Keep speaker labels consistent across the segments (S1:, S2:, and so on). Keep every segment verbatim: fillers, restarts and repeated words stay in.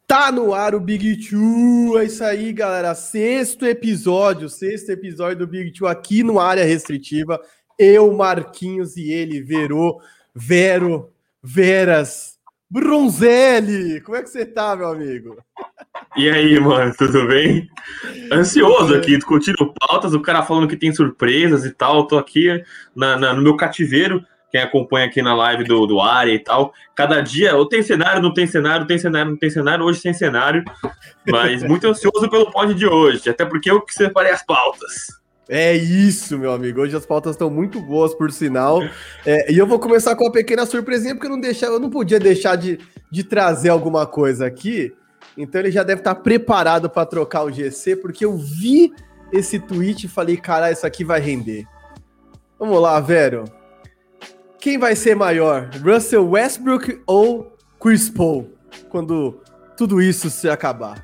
S1: Tá no ar o Big Two, é isso aí, galera. Sexto episódio, sexto episódio do Big Two aqui no Área Restritiva. Eu, Marquinhos e ele, Verô, Vero, Veras, Bronzelli. Como é que você tá, meu amigo?
S2: E aí, mano, tudo bem? Ansioso aqui, discutindo pautas, o cara falando que tem surpresas e tal. Eu tô aqui na, na- no meu cativeiro, quem acompanha aqui na live do, do Área e tal. Cada dia, ou tem cenário, não tem cenário, tem cenário, não tem cenário, hoje sem cenário. Mas muito ansioso pelo pod de hoje, até porque eu que separei as pautas.
S1: É isso, meu amigo. Hoje as pautas estão muito boas, por sinal. É, e eu vou começar com uma pequena surpresinha, porque eu não, deixava, eu não podia deixar de, de trazer alguma coisa aqui. Então ele já deve estar preparado para trocar o G C, porque eu vi esse tweet e falei, caralho, isso aqui vai render. Vamos lá, Vero. Quem vai ser maior, Russell Westbrook ou Chris Paul, quando tudo isso se acabar?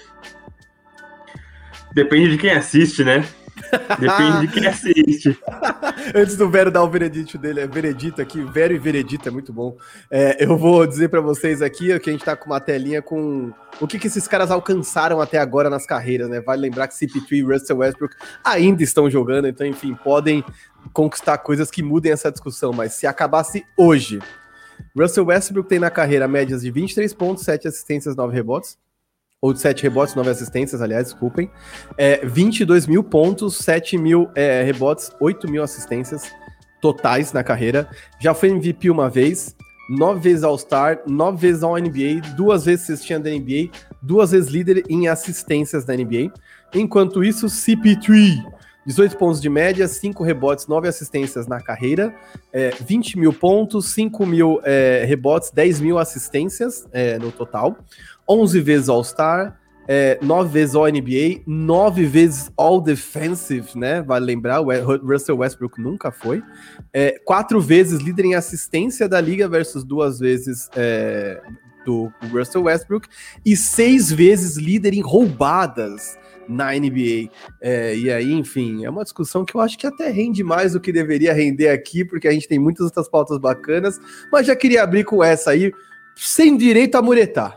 S2: Depende de quem assiste, né? Depende de quem assiste.
S1: Antes do Vero dar o veredito dele, é veredito aqui, Vero e veredito, é muito bom. É, eu vou dizer pra vocês aqui que a gente tá com uma telinha com o que, que esses caras alcançaram até agora nas carreiras, né? Vale lembrar que C P três e Russell Westbrook ainda estão jogando, então, enfim, podem conquistar coisas que mudem essa discussão, mas se acabasse hoje, Russell Westbrook tem na carreira médias de vinte e três pontos, sete assistências, nove rebotes, ou de sete rebotes, nove assistências, aliás, desculpem, é, vinte e dois mil pontos, sete mil é, rebotes, oito mil assistências totais na carreira, já foi M V P uma vez, nove vezes All-Star, nove vezes All-N B A, duas vezes cestinha da N B A, duas vezes líder em assistências da N B A. Enquanto isso, C P três, dezoito pontos de média, cinco rebotes, nove assistências na carreira, é, vinte mil pontos, cinco mil é, rebotes, dez mil assistências é, no total, onze vezes All-Star, é, nove vezes All-N B A, nove vezes All-Defensive, né? Vale lembrar, o Russell Westbrook nunca foi. É, quatro vezes líder em assistência da liga versus duas vezes é, do Russell Westbrook. E seis vezes líder em roubadas na N B A. É, e aí, enfim, é uma discussão que eu acho que até rende mais do que deveria render aqui, porque a gente tem muitas outras pautas bacanas, mas já queria abrir com essa aí, sem direito a muretar.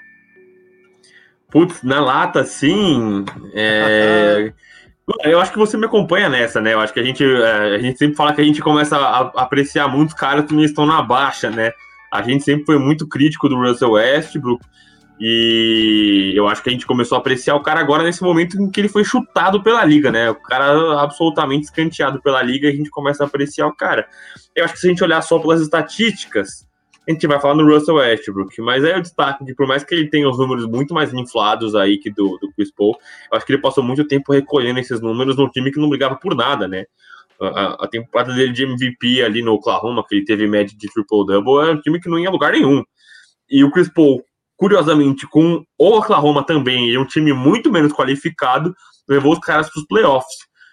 S2: Putz, na lata, sim. É... Eu acho que você me acompanha nessa, né? Eu acho que a gente, a gente sempre fala que a gente começa a apreciar muitos caras que estão na baixa, né? A gente sempre foi muito crítico do Russell Westbrook e eu acho que a gente começou a apreciar o cara agora nesse momento em que ele foi chutado pela liga, né? O cara absolutamente escanteado pela liga e a gente começa a apreciar o cara. Eu acho que se a gente olhar só pelas estatísticas, a gente vai falar no Russell Westbrook, mas aí eu destaco que por mais que ele tenha os números muito mais inflados aí que do, do Chris Paul, eu acho que ele passou muito tempo recolhendo esses números num time que não brigava por nada, né? A, a temporada dele de M V P ali no Oklahoma, que ele teve média de triple-double, é um time que não ia a lugar nenhum. E o Chris Paul, curiosamente, com o Oklahoma também, e um time muito menos qualificado, levou os caras para os playoffs.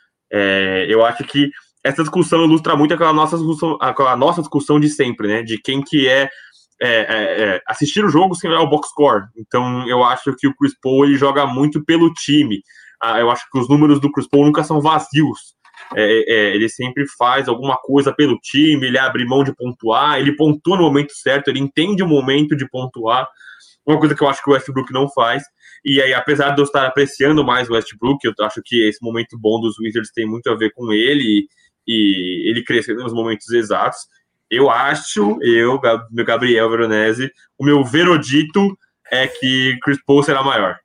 S2: É, eu acho que essa discussão ilustra muito aquela nossa discussão, aquela nossa discussão de sempre, né? De quem que é, é, é assistir o jogo sem olhar o box score. Então, eu acho que o Chris Paul ele joga muito pelo time. Ah, eu acho que os números do Chris Paul nunca são vazios. É, é, ele sempre faz alguma coisa pelo time, ele abre mão de pontuar, ele pontua no momento certo, ele entende o momento de pontuar. Uma coisa que eu acho que o Westbrook não faz. E aí, apesar de eu estar apreciando mais o Westbrook, eu acho que esse momento bom dos Wizards tem muito a ver com ele e ele cresceu nos momentos exatos. Eu acho, eu, meu Gabriel Veronese, o meu veredito é que Chris Paul será maior.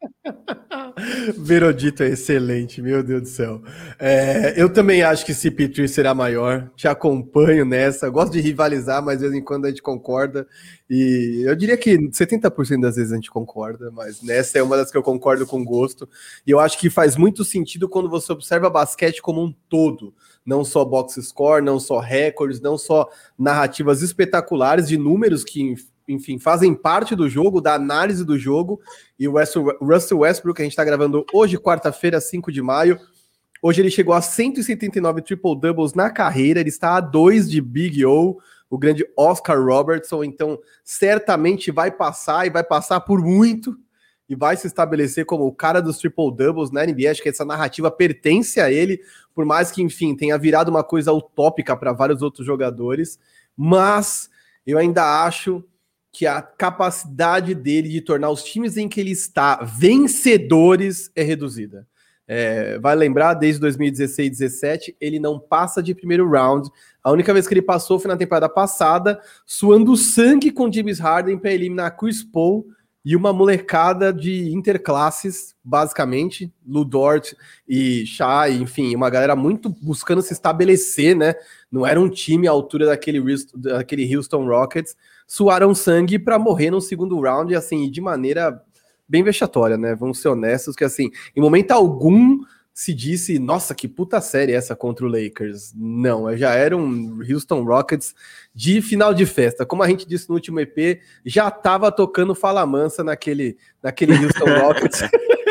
S1: Verodito é excelente, meu Deus do céu. É, eu também acho que C P três será maior, te acompanho nessa, gosto de rivalizar, mas de vez em quando a gente concorda, e eu diria que setenta por cento das vezes a gente concorda, mas nessa é uma das que eu concordo com gosto, e eu acho que faz muito sentido quando você observa basquete como um todo, não só box score, não só recordes, não só narrativas espetaculares de números que enfim, fazem parte do jogo, da análise do jogo, e o Russell Westbrook, que a gente está gravando hoje, quarta-feira, cinco de maio, hoje ele chegou a cento e setenta e nove triple-doubles na carreira, ele está a dois de Big O, o grande Oscar Robertson, então certamente vai passar, e vai passar por muito, e vai se estabelecer como o cara dos triple-doubles na N B A, acho que essa narrativa pertence a ele, por mais que, enfim, tenha virado uma coisa utópica para vários outros jogadores, mas eu ainda acho que a capacidade dele de tornar os times em que ele está vencedores é reduzida. É, vai lembrar, desde dois mil e dezesseis e dezessete, ele não passa de primeiro round. A única vez que ele passou foi na temporada passada, suando sangue com James Harden para eliminar Chris Paul e uma molecada de interclasses, basicamente, Lu Dort e Shai, enfim, uma galera muito buscando se estabelecer, né? Não era um time à altura daquele, daquele Houston Rockets, suaram sangue para morrer no segundo round, e assim, de maneira bem vexatória, né? Vamos ser honestos, que assim, em momento algum se disse, nossa, que puta série essa contra o Lakers. Não, já era um Houston Rockets de final de festa. Como a gente disse no último E P, já tava tocando Fala Mansa naquele, naquele Houston Rockets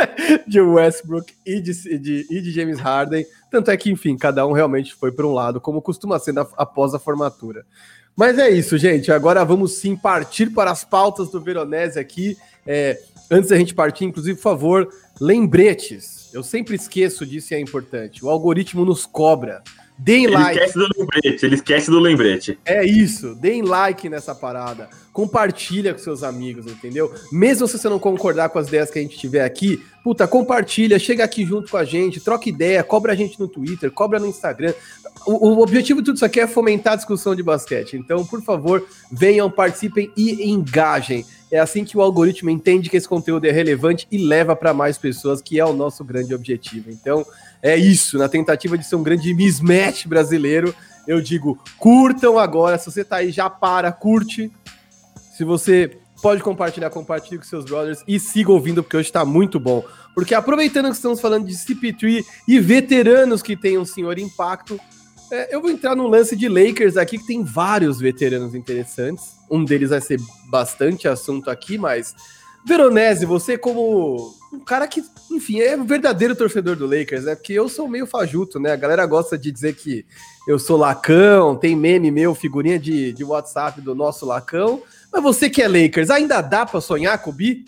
S1: de Westbrook e de, de, e de James Harden. Tanto é que, enfim, cada um realmente foi para um lado, como costuma ser na, após a formatura. Mas é isso, gente. Agora vamos sim partir para as pautas do Veronese aqui. É, antes da gente partir, inclusive, por favor, lembretes. Eu sempre esqueço disso e é importante. O algoritmo nos cobra. Deem
S2: ele
S1: like.
S2: Esquece do lembrete, ele esquece do lembrete.
S1: É isso. Deem like nessa parada. Compartilha com seus amigos, entendeu? Mesmo se você não concordar com as ideias que a gente tiver aqui, puta, compartilha, chega aqui junto com a gente, troca ideia, cobra a gente no Twitter, cobra no Instagram. O, o objetivo de tudo isso aqui é fomentar a discussão de basquete. Então, por favor, venham, participem e engajem. É assim que o algoritmo entende que esse conteúdo é relevante e leva para mais pessoas, que é o nosso grande objetivo. Então, é isso. Na tentativa de ser um grande mismatch brasileiro, eu digo, curtam agora. Se você tá aí, já para, curte. Se você pode compartilhar, compartilhe com seus brothers e siga ouvindo, porque hoje tá muito bom. Porque aproveitando que estamos falando de C P três e veteranos que têm um senhor impacto, é, eu vou entrar num lance de Lakers aqui, que tem vários veteranos interessantes. Um deles vai ser bastante assunto aqui, mas... Veronese, você como um cara que, enfim, é um verdadeiro torcedor do Lakers, né? Porque eu sou meio fajuto, né? A galera gosta de dizer que eu sou lacão, tem meme meu, figurinha de, de WhatsApp do nosso lacão. Mas você que é Lakers, ainda dá pra sonhar com o Bi?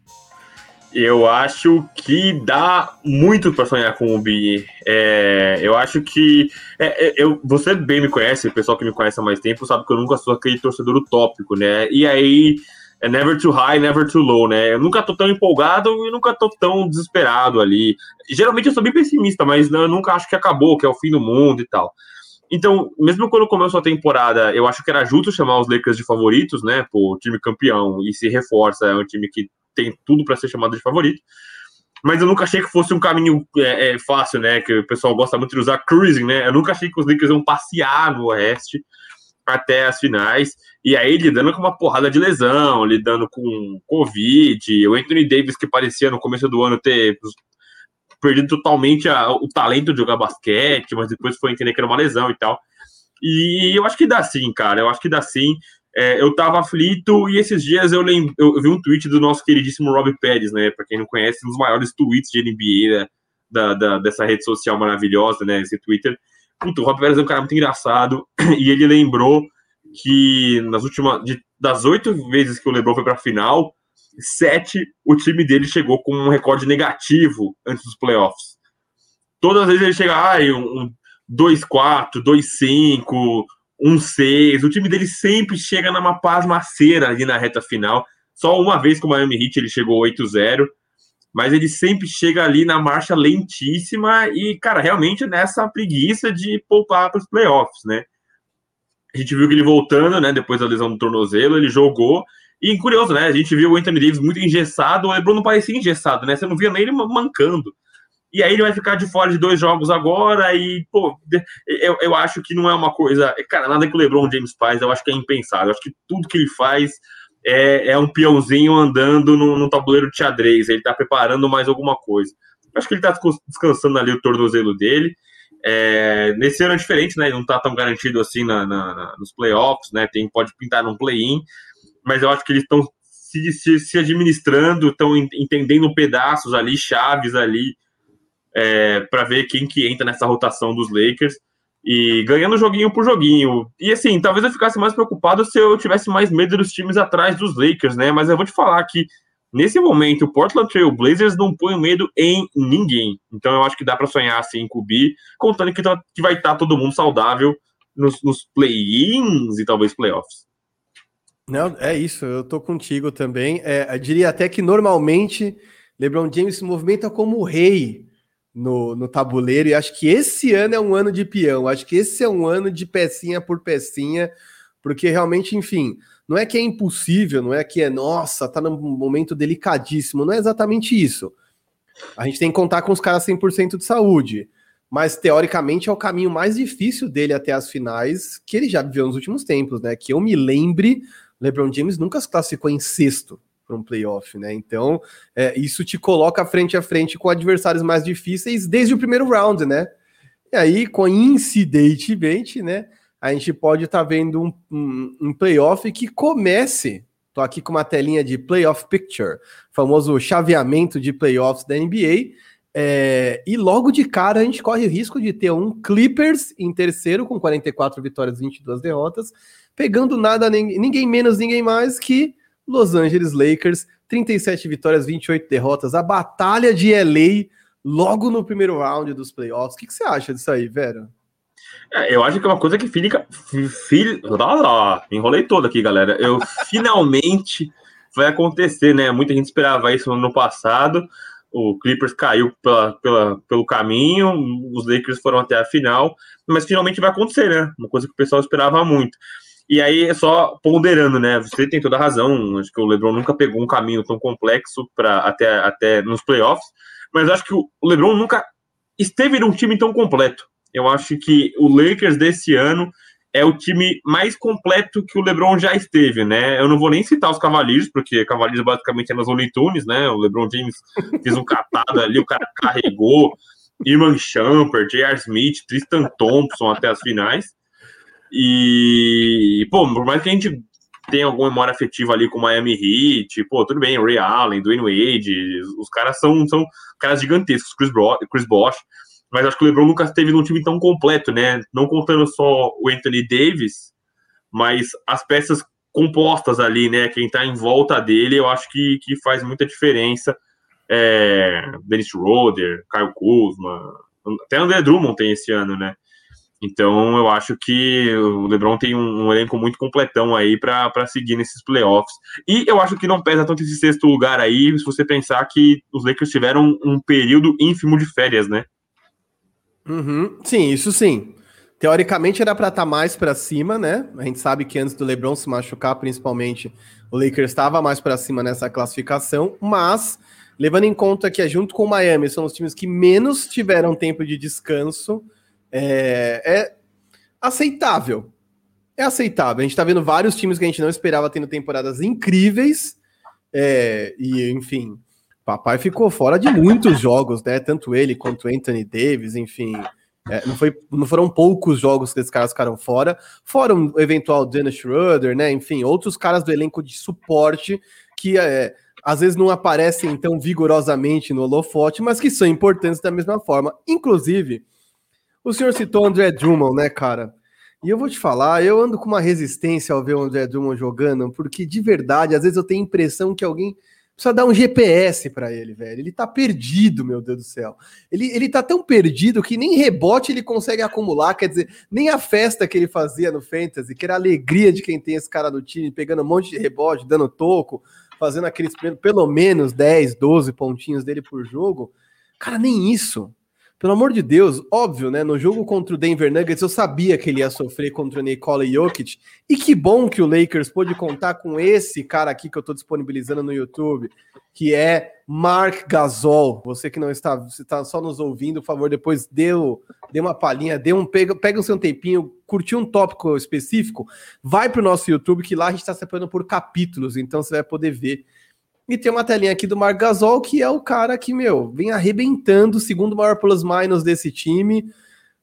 S2: Eu acho que dá muito para sonhar com o Bi. É, eu acho que... É, é, eu, você bem me conhece, o pessoal que me conhece há mais tempo sabe que eu nunca sou aquele torcedor utópico, né? E aí... É never too high, never too low, né? Eu nunca tô tão empolgado e nunca tô tão desesperado ali. Geralmente eu sou bem pessimista, mas eu nunca acho que acabou, que é o fim do mundo e tal. Então, mesmo quando começou a temporada, eu acho que era justo chamar os Lakers de favoritos, né? Pô, time campeão e se reforça, é um time que tem tudo para ser chamado de favorito. Mas eu nunca achei que fosse um caminho é, é, fácil, né? Que o pessoal gosta muito de usar cruising, né? Eu nunca achei que os Lakers iam passear no Oeste até as finais, e aí lidando com uma porrada de lesão, lidando com Covid, o Anthony Davis, que parecia no começo do ano ter perdido totalmente a, o talento de jogar basquete, mas depois foi entender que era uma lesão e tal. E eu acho que dá sim, cara, eu acho que dá sim. É, eu tava aflito, e esses dias eu, lem- eu vi um tweet do nosso queridíssimo Rob Pérez, né, pra quem não conhece, um dos maiores tweets de N B A, né, da, da, dessa rede social maravilhosa, né, esse Twitter. Puta, o Rob Pérez é um cara muito engraçado, e ele lembrou que nas últimas, de, das oito vezes que o LeBron foi pra final, sete, o time dele chegou com um recorde negativo antes dos playoffs. Todas as vezes ele chega, ah, um dois quatro, dois cinco, um seis, o time dele sempre chega numa pasmaceira ali na reta final. Só uma vez com o Miami Heat ele chegou oito zero, mas ele sempre chega ali na marcha lentíssima e, cara, realmente nessa preguiça de poupar para os playoffs, né? A gente viu que ele voltando, né, depois da lesão do tornozelo, ele jogou, e curioso, né, a gente viu o Anthony Davis muito engessado, o LeBron não parecia engessado, né, você não via nem ele mancando. E aí ele vai ficar de fora de dois jogos agora, e, pô, eu, eu acho que não é uma coisa... Cara, nada que o LeBron James faz, eu acho que é impensável. Eu acho que tudo que ele faz é, é um peãozinho andando no, no tabuleiro de xadrez, ele tá preparando mais alguma coisa. Eu acho que ele tá descansando ali o tornozelo dele. É, nesse ano é diferente, né, ele não tá tão garantido assim na, na, na, nos playoffs, né, tem, pode pintar num play-in, mas eu acho que eles estão se, se, se administrando, estão entendendo pedaços ali, chaves ali, É, para ver quem que entra nessa rotação dos Lakers e ganhando joguinho por joguinho. E assim, talvez eu ficasse mais preocupado se eu tivesse mais medo dos times atrás dos Lakers, né? Mas eu vou te falar que nesse momento o Portland Trail Blazers não põe medo em ninguém. Então eu acho que dá para sonhar assim com o B, contando que, tá, que vai estar tá todo mundo saudável nos, nos play-ins e talvez playoffs.
S1: Não, é isso, eu tô contigo também. É, eu diria até que normalmente LeBron James se movimenta como o rei no, no tabuleiro, e acho que esse ano é um ano de peão, acho que esse é um ano de pecinha por pecinha, porque realmente, enfim, não é que é impossível, não é que é, nossa, tá num momento delicadíssimo, não é exatamente isso. A gente tem que contar com os caras cem por cento de saúde, mas teoricamente é o caminho mais difícil dele até as finais que ele já viveu nos últimos tempos, né? Que eu me lembre, LeBron James nunca se classificou em sexto para um playoff, né? Então, é, isso te coloca frente a frente com adversários mais difíceis desde o primeiro round, né? E aí, coincidentemente, né? A gente pode estar tá vendo um, um, um playoff que comece. Tô aqui com uma telinha de playoff picture, famoso chaveamento de playoffs da N B A. É, e logo de cara a gente corre o risco de ter um Clippers em terceiro com quarenta e quatro vitórias e vinte e duas derrotas, pegando nada, ninguém menos, ninguém mais que Los Angeles Lakers, trinta e sete vitórias, vinte e oito derrotas, a batalha de L A logo no primeiro round dos playoffs. O que, que você acha disso aí, Vera?
S2: É, eu acho que é uma coisa que fica... Fi, enrolei todo aqui, galera. Eu finalmente vai acontecer, né? Muita gente esperava isso no ano passado. O Clippers caiu pela, pela, pelo caminho, os Lakers foram até a final, mas finalmente vai acontecer, né? Uma coisa que o pessoal esperava muito. E aí, é só ponderando, né? Você tem toda a razão, acho que o LeBron nunca pegou um caminho tão complexo para até, até nos playoffs, mas acho que o LeBron nunca esteve num time tão completo. Eu acho que o Lakers desse ano é o time mais completo que o LeBron já esteve, né? Eu não vou nem citar os Cavaliers, porque Cavaliers basicamente é nas Looney Tunes, né? O LeBron James fez um catado ali, o cara carregou Iman Shumpert, J R. Smith, Tristan Thompson até as finais. E, pô, por mais que a gente tenha alguma memória afetiva ali com o Miami Heat, pô, tudo bem, Ray Allen, Dwayne Wade, os caras são, são caras gigantescos, Chris, Bro, Chris Bosh, mas acho que o LeBron nunca esteve num time tão completo, né? Não contando só o Anthony Davis, mas as peças compostas ali, né? Quem tá em volta dele, eu acho que, que faz muita diferença. É, Dennis Schroeder, Kyle Kuzma, até André Drummond tem esse ano, né? Então eu acho que o LeBron tem um, um elenco muito completão aí para seguir nesses playoffs. E eu acho que não pesa tanto esse sexto lugar aí, se você pensar que os Lakers tiveram um período ínfimo de férias, né?
S1: Uhum. Sim, isso sim. Teoricamente era para estar mais para cima, né? A gente sabe que antes do LeBron se machucar, principalmente, o Lakers estava mais para cima nessa classificação, mas levando em conta que é junto com o Miami são os times que menos tiveram tempo de descanso, é, é aceitável. É aceitável. A gente tá vendo vários times que a gente não esperava tendo temporadas incríveis, é, e enfim, papai ficou fora de muitos jogos, né? Tanto ele quanto Anthony Davis, enfim. É, não, foi, não foram poucos jogos que esses caras ficaram fora. Fora o eventual Dennis Schroeder, né? Enfim, outros caras do elenco de suporte que é, às vezes não aparecem tão vigorosamente no holofote, mas que são importantes da mesma forma. Inclusive, o senhor citou André Drummond, né, cara? E eu vou te falar, eu ando com uma resistência ao ver o André Drummond jogando, porque de verdade, às vezes eu tenho a impressão que alguém precisa dar um G P S pra ele, velho. Ele tá perdido, meu Deus do céu. Ele, ele tá tão perdido que nem rebote ele consegue acumular, quer dizer, nem a festa que ele fazia no Fantasy, que era a alegria de quem tem esse cara no time, pegando um monte de rebote, dando toco, fazendo aqueles pelo menos dez, doze pontinhos dele por jogo. Cara, nem isso. Pelo amor de Deus, óbvio, né? No jogo contra o Denver Nuggets, eu sabia que ele ia sofrer contra o Nikola Jokic. E que bom que o Lakers pôde contar com esse cara aqui que eu tô disponibilizando no YouTube, que é Marc Gasol. Você que não está, você está só nos ouvindo, por favor, depois dê, o, dê uma palhinha, dê um, pega, pega o seu tempinho, curtir um tópico específico, vai pro nosso YouTube, que lá a gente está separando por capítulos, então você vai poder ver. E tem uma telinha aqui do Marc Gasol, que é o cara que, meu, vem arrebentando, o segundo maior plus-minus desse time,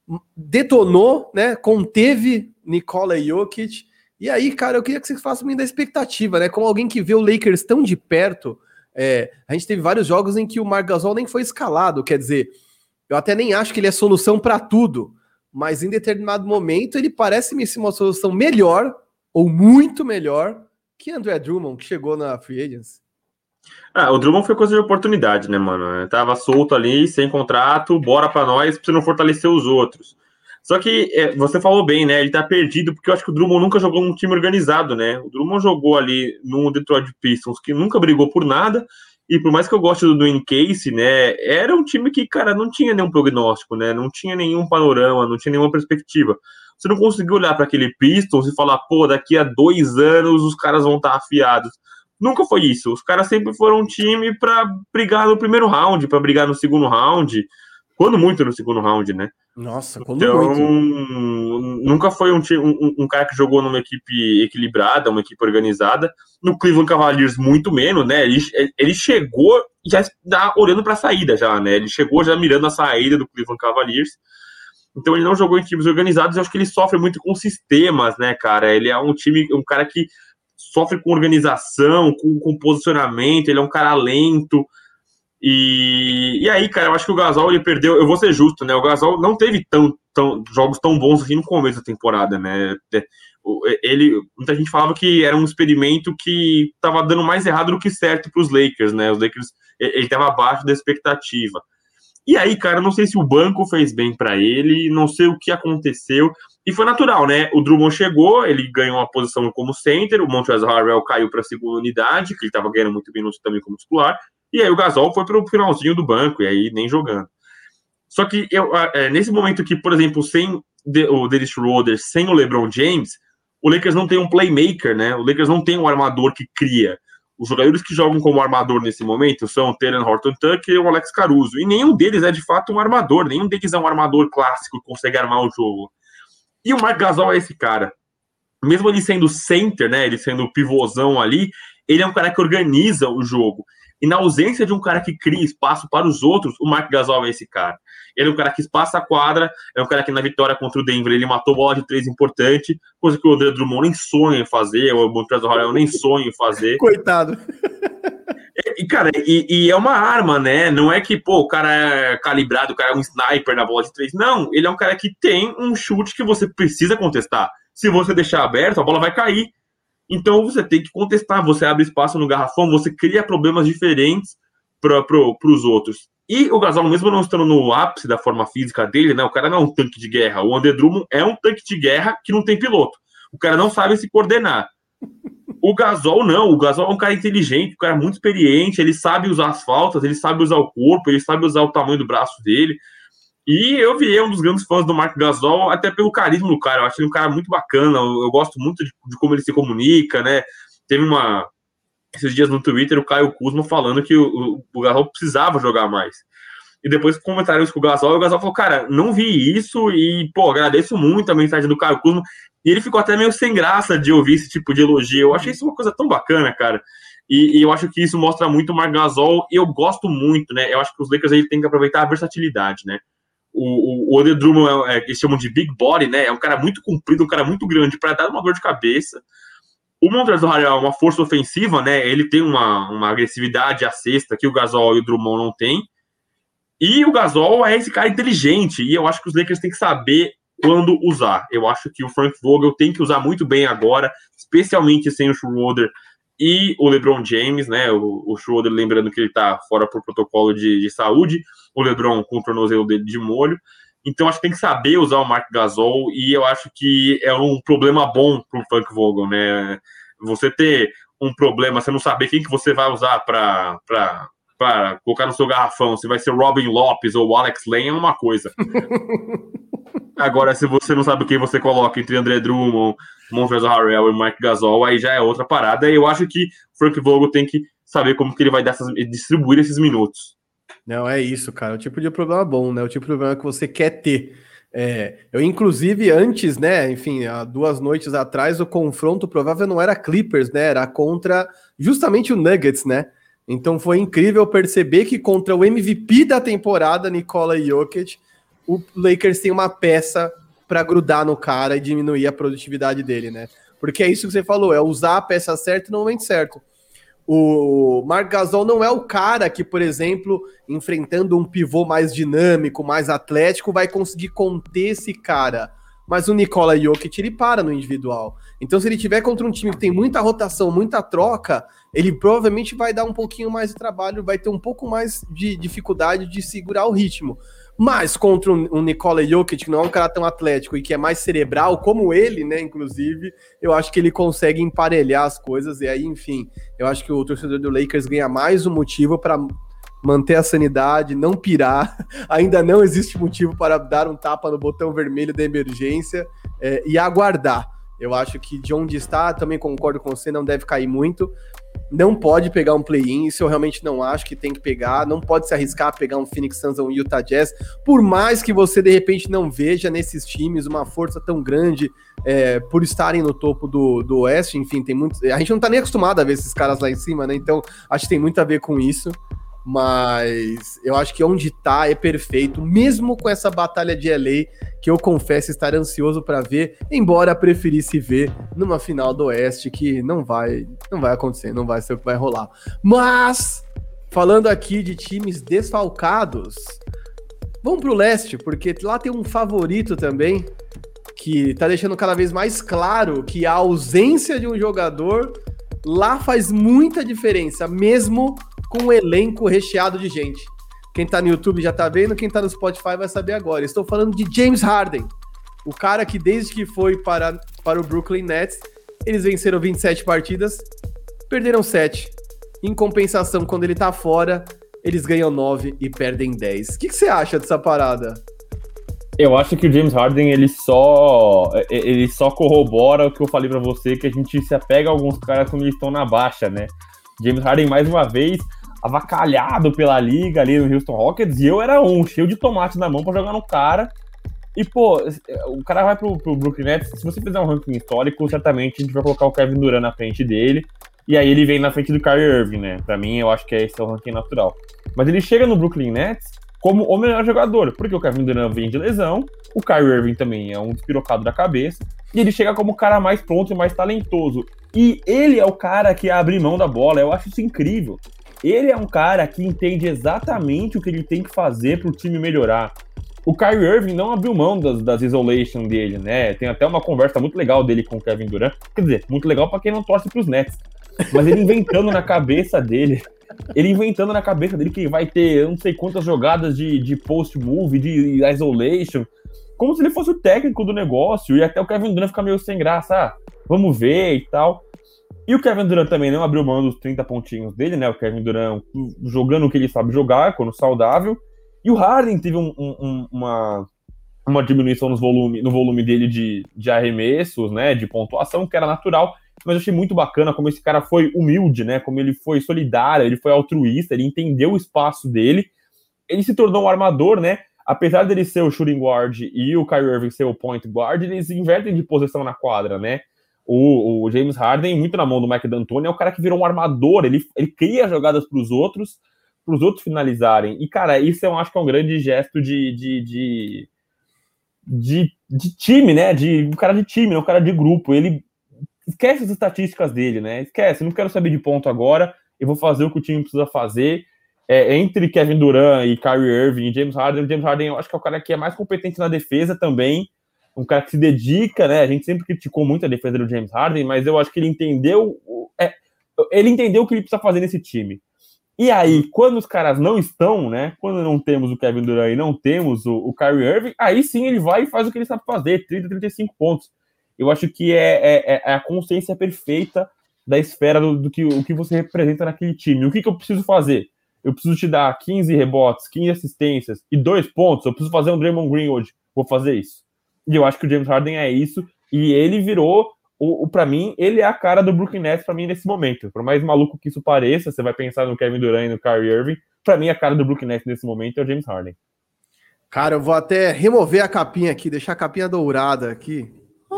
S1: detonou, né, conteve Nikola Jokic, e aí, cara, eu queria que você faça uma da expectativa, né, como alguém que vê o Lakers tão de perto, é, a gente teve vários jogos em que o Marc Gasol nem foi escalado, quer dizer, eu até nem acho que ele é solução para tudo, mas em determinado momento ele parece-me ser uma solução melhor, ou muito melhor, que André Drummond, que chegou na Free Agency.
S2: Ah, o Drummond foi coisa de oportunidade, né, mano? Ele tava solto ali, sem contrato, bora pra nós, pra você não fortalecer os outros. Só que é, você falou bem, né? Ele tá perdido porque eu acho que o Drummond nunca jogou num time organizado, né? O Drummond jogou ali no Detroit Pistons, que nunca brigou por nada, e por mais que eu goste do Dwayne Casey, né? Era um time que, cara, não tinha nenhum prognóstico, né? Não tinha nenhum panorama, não tinha nenhuma perspectiva. Você não conseguiu olhar para aquele Pistons e falar, pô, daqui a dois anos os caras vão estar afiados. Nunca foi isso. Os caras sempre foram um time para brigar no primeiro round, para brigar no segundo round, quando muito no segundo round, né?
S1: Nossa, quando
S2: então,
S1: muito.
S2: Nunca foi um, um, um cara que jogou numa equipe equilibrada, uma equipe organizada. No Cleveland Cavaliers, muito menos, né? Ele, ele chegou já tá olhando para a saída, já, né? Ele chegou já mirando a saída do Cleveland Cavaliers. Então, ele não jogou em times organizados. Eu acho que ele sofre muito com sistemas, né, cara? Ele é um time, um cara que sofre com organização, com, com posicionamento. Ele é um cara lento. E, e aí, cara, eu acho que o Gasol, ele perdeu, eu vou ser justo, né, o Gasol não teve tão, tão, jogos tão bons assim no começo da temporada, né, ele, muita gente falava que era um experimento que tava dando mais errado do que certo pros Lakers, né, os Lakers, ele tava abaixo da expectativa. E aí, cara, não sei se o banco fez bem pra ele, não sei o que aconteceu, e foi natural, né, o Drummond chegou, ele ganhou uma posição como center, o Montrezl Harrell caiu pra segunda unidade, que ele tava ganhando muito minutos também como titular. E aí o Gasol foi para o finalzinho do banco, e aí nem jogando. Só que eu, é, nesse momento que, por exemplo, sem o Dennis Schroeder, sem o LeBron James, o Lakers não tem um playmaker, né? O Lakers não tem um armador que cria. Os jogadores que jogam como armador nesse momento são o Talen Horton-Tucker e o Alex Caruso. E nenhum deles é, de fato, um armador. Nenhum deles é um armador clássico que consegue armar o jogo. E o Marc Gasol é esse cara. Mesmo ele sendo center, né? Ele sendo o pivôzão ali, ele é um cara que organiza o jogo. E na ausência de um cara que cria espaço para os outros, o Marc Gasol é esse cara. Ele é um cara que espaça a quadra, é um cara que na vitória contra o Denver ele matou bola de três importante, coisa que o Andre Drummond nem sonha em fazer, o Montrezl Harrell nem sonha em fazer.
S1: Coitado.
S2: E, cara, e, e é uma arma, né? Não é que, pô, o cara é calibrado, o cara é um sniper na bola de três. Não, ele é um cara que tem um chute que você precisa contestar. Se você deixar aberto, a bola vai cair. Então você tem que contestar, você abre espaço no garrafão, você cria problemas diferentes para pro, os outros. E o Gasol, mesmo não estando no ápice da forma física dele, né, o cara não é um tanque de guerra. O Andre Drummond é um tanque de guerra que não tem piloto. O cara não sabe se coordenar. O Gasol não, o Gasol é um cara inteligente, um cara muito experiente, ele sabe usar as faltas, ele sabe usar o corpo, ele sabe usar o tamanho do braço dele. E eu virei um dos grandes fãs do Marc Gasol, até pelo carisma do cara. Eu acho ele um cara muito bacana, eu, eu gosto muito de, de como ele se comunica, né? Teve uma... Esses dias no Twitter, o Caio Kuzma falando que o, o Gasol precisava jogar mais. E depois comentaram isso com o Gasol, e o Gasol falou, cara, não vi isso, e, pô, agradeço muito a mensagem do Caio Kuzma. E ele ficou até meio sem graça de ouvir esse tipo de elogio. Eu achei isso uma coisa tão bacana, cara. E, e eu acho que isso mostra muito o Marc Gasol, e eu gosto muito, né? Eu acho que os Lakers aí têm que aproveitar a versatilidade, né? O, o, o Andre Drummond, é, é, eles chamam de big body, né? É um cara muito comprido, um cara muito grande para dar uma dor de cabeça. O Montrezl Harrell é uma força ofensiva, né? Ele tem uma, uma agressividade à cesta que o Gasol e o Drummond não têm. E o Gasol é esse cara inteligente. E eu acho que os Lakers têm que saber quando usar. Eu acho que o Frank Vogel tem que usar muito bem agora, especialmente sem o Schroeder e o LeBron James, né? O, o Schroeder, lembrando que ele tá fora por protocolo de, de saúde, o LeBron com o tornozelo dele de molho. Então, acho que tem que saber usar o Marc Gasol, e eu acho que é um problema bom pro Frank Vogel, né? Você ter um problema, você não saber quem que você vai usar para para colocar no seu garrafão, se vai ser Robin Lopes ou Alex Len, é uma coisa. Agora, se você não sabe quem você coloca entre Andre Drummond, Montrezl Harrell e Marc Gasol, aí já é outra parada. E eu acho que o Frank Vogel tem que saber como que ele vai dessas, distribuir esses minutos.
S1: Não, é isso, cara. O tipo de problema bom, né? O tipo de problema que você quer ter. É, eu, inclusive, antes, né? Enfim, há duas noites atrás, o confronto provável não era Clippers, né? Era contra justamente o Nuggets, né? Então foi incrível perceber que contra o M V P da temporada, Nikola Jokic, o Lakers tem uma peça para grudar no cara e diminuir a produtividade dele, né? Porque é isso que você falou, é usar a peça certa no momento certo. O Marc Gasol não é o cara que, por exemplo, enfrentando um pivô mais dinâmico, mais atlético, vai conseguir conter esse cara. mas o Nikola Jokic ele para no individual. Então se ele tiver contra um time que tem muita rotação, muita troca, ele provavelmente vai dar um pouquinho mais de trabalho, vai ter um pouco mais de dificuldade de segurar o ritmo. Mas contra um Nikola Jokic, que não é um cara tão atlético e que é mais cerebral, como ele, né, inclusive, eu acho que ele consegue emparelhar as coisas, e aí, enfim, eu acho que o torcedor do Lakers ganha mais um motivo para manter a sanidade, não pirar, ainda não existe motivo para dar um tapa no botão vermelho da emergência é, e aguardar. Eu acho que de onde está, também concordo com você, não deve cair muito. Não pode pegar um play-in, isso eu realmente não acho que tem que pegar. Não pode se arriscar a pegar um Phoenix Suns ou um Utah Jazz, por mais que você de repente não veja nesses times uma força tão grande é, por estarem no topo do, do Oeste. Enfim, tem muito. A gente não tá nem acostumado a ver esses caras lá em cima, né? Então acho que tem muito a ver com isso. Mas eu acho que onde tá é perfeito, mesmo com essa batalha de L A, que eu confesso estar ansioso para ver, embora preferisse ver numa final do Oeste, que não vai, não vai acontecer, não vai ser o que vai rolar. Mas, falando aqui de times desfalcados, vamos pro Leste, porque lá tem um favorito também, que tá deixando cada vez mais claro que a ausência de um jogador lá faz muita diferença, mesmo com um elenco recheado de gente. Quem tá no YouTube já tá vendo, quem tá no Spotify vai saber agora. Estou falando de James Harden, o cara que desde que foi para, para o Brooklyn Nets, eles venceram vinte e sete partidas, perderam sete. Em compensação, quando ele tá fora, eles ganham nove e perdem dez. O que, que você acha dessa parada?
S3: Eu acho que o James Harden, ele só, ele só corrobora o que eu falei pra você, que a gente se apega a alguns caras quando eles estão na baixa, né? James Harden, mais uma vez, avacalhado pela liga ali no Houston Rockets, e eu era um, cheio de tomate na mão pra jogar no cara. E, pô, o cara vai pro, pro Brooklyn Nets, se você fizer um ranking histórico, certamente a gente vai colocar o Kevin Durant na frente dele, e aí ele vem na frente do Kyrie Irving, né? Pra mim, eu acho que esse é o ranking natural. Mas ele chega no Brooklyn Nets como o melhor jogador, porque o Kevin Durant vem de lesão, o Kyrie Irving também é um despirocado da cabeça, e ele chega como o cara mais pronto e mais talentoso. E ele é o cara que abre mão da bola, eu acho isso incrível. Ele é um cara que entende exatamente o que ele tem que fazer para o time melhorar. O Kyrie Irving não abriu mão das, das isolation dele, né? Tem até uma conversa muito legal dele com o Kevin Durant. Quer dizer, muito legal para quem não torce para os Nets. Mas ele inventando na cabeça dele, ele inventando na cabeça dele que vai ter eu não sei quantas jogadas de, de post-move, de isolation, como se ele fosse o técnico do negócio, e até o Kevin Durant fica meio sem graça, ah, vamos ver e tal. E o Kevin Durant também não abriu mão dos trinta pontinhos dele, né? O Kevin Durant jogando o que ele sabe jogar, quando saudável. E o Harden teve um, um, uma, uma diminuição nos volume, no volume dele de, de arremessos, né? De pontuação, que era natural. Mas eu achei muito bacana como esse cara foi humilde, né? Como ele foi solidário, ele foi altruísta, ele entendeu o espaço dele. Ele se tornou um armador, né? Apesar dele ser o shooting guard e o Kyrie Irving ser o point guard, eles invertem de posição na quadra, né? O, o James Harden, muito na mão do Mike D'Antoni, é o cara que virou um armador, ele, ele cria jogadas para os outros, para os outros finalizarem. E, cara, isso eu acho que é um grande gesto de, de, de, de, de time, né? De um cara de time, um cara de grupo. Ele esquece as estatísticas dele, né? Esquece, não quero saber de ponto agora, eu vou fazer o que o time precisa fazer. É, entre Kevin Durant e Kyrie Irving e James Harden, o James Harden eu acho que é o cara que é mais competente na defesa também, um cara que se dedica, né? A gente sempre criticou muito a defesa do James Harden, mas eu acho que ele entendeu é, ele entendeu o que ele precisa fazer nesse time. E aí, quando os caras não estão, né? Quando não temos o Kevin Durant e não temos o, o Kyrie Irving, aí sim ele vai e faz o que ele sabe fazer, trinta, trinta e cinco pontos. Eu acho que é, é, é a consciência perfeita da esfera do, do que, o que você representa naquele time. O que, que eu preciso fazer? Eu preciso te dar quinze rebotes, quinze assistências e dois pontos. Eu preciso fazer um Draymond Green hoje. Vou fazer isso. E eu acho que o James Harden é isso. E ele virou, o, o, pra mim, ele é a cara do Brooklyn Nets pra mim nesse momento. Por mais maluco que isso pareça, você vai pensar no Kevin Durant e no Kyrie Irving. Pra mim, a cara do Brooklyn Nets nesse momento é o James Harden.
S1: Cara, eu vou até remover a capinha aqui, deixar a capinha dourada aqui.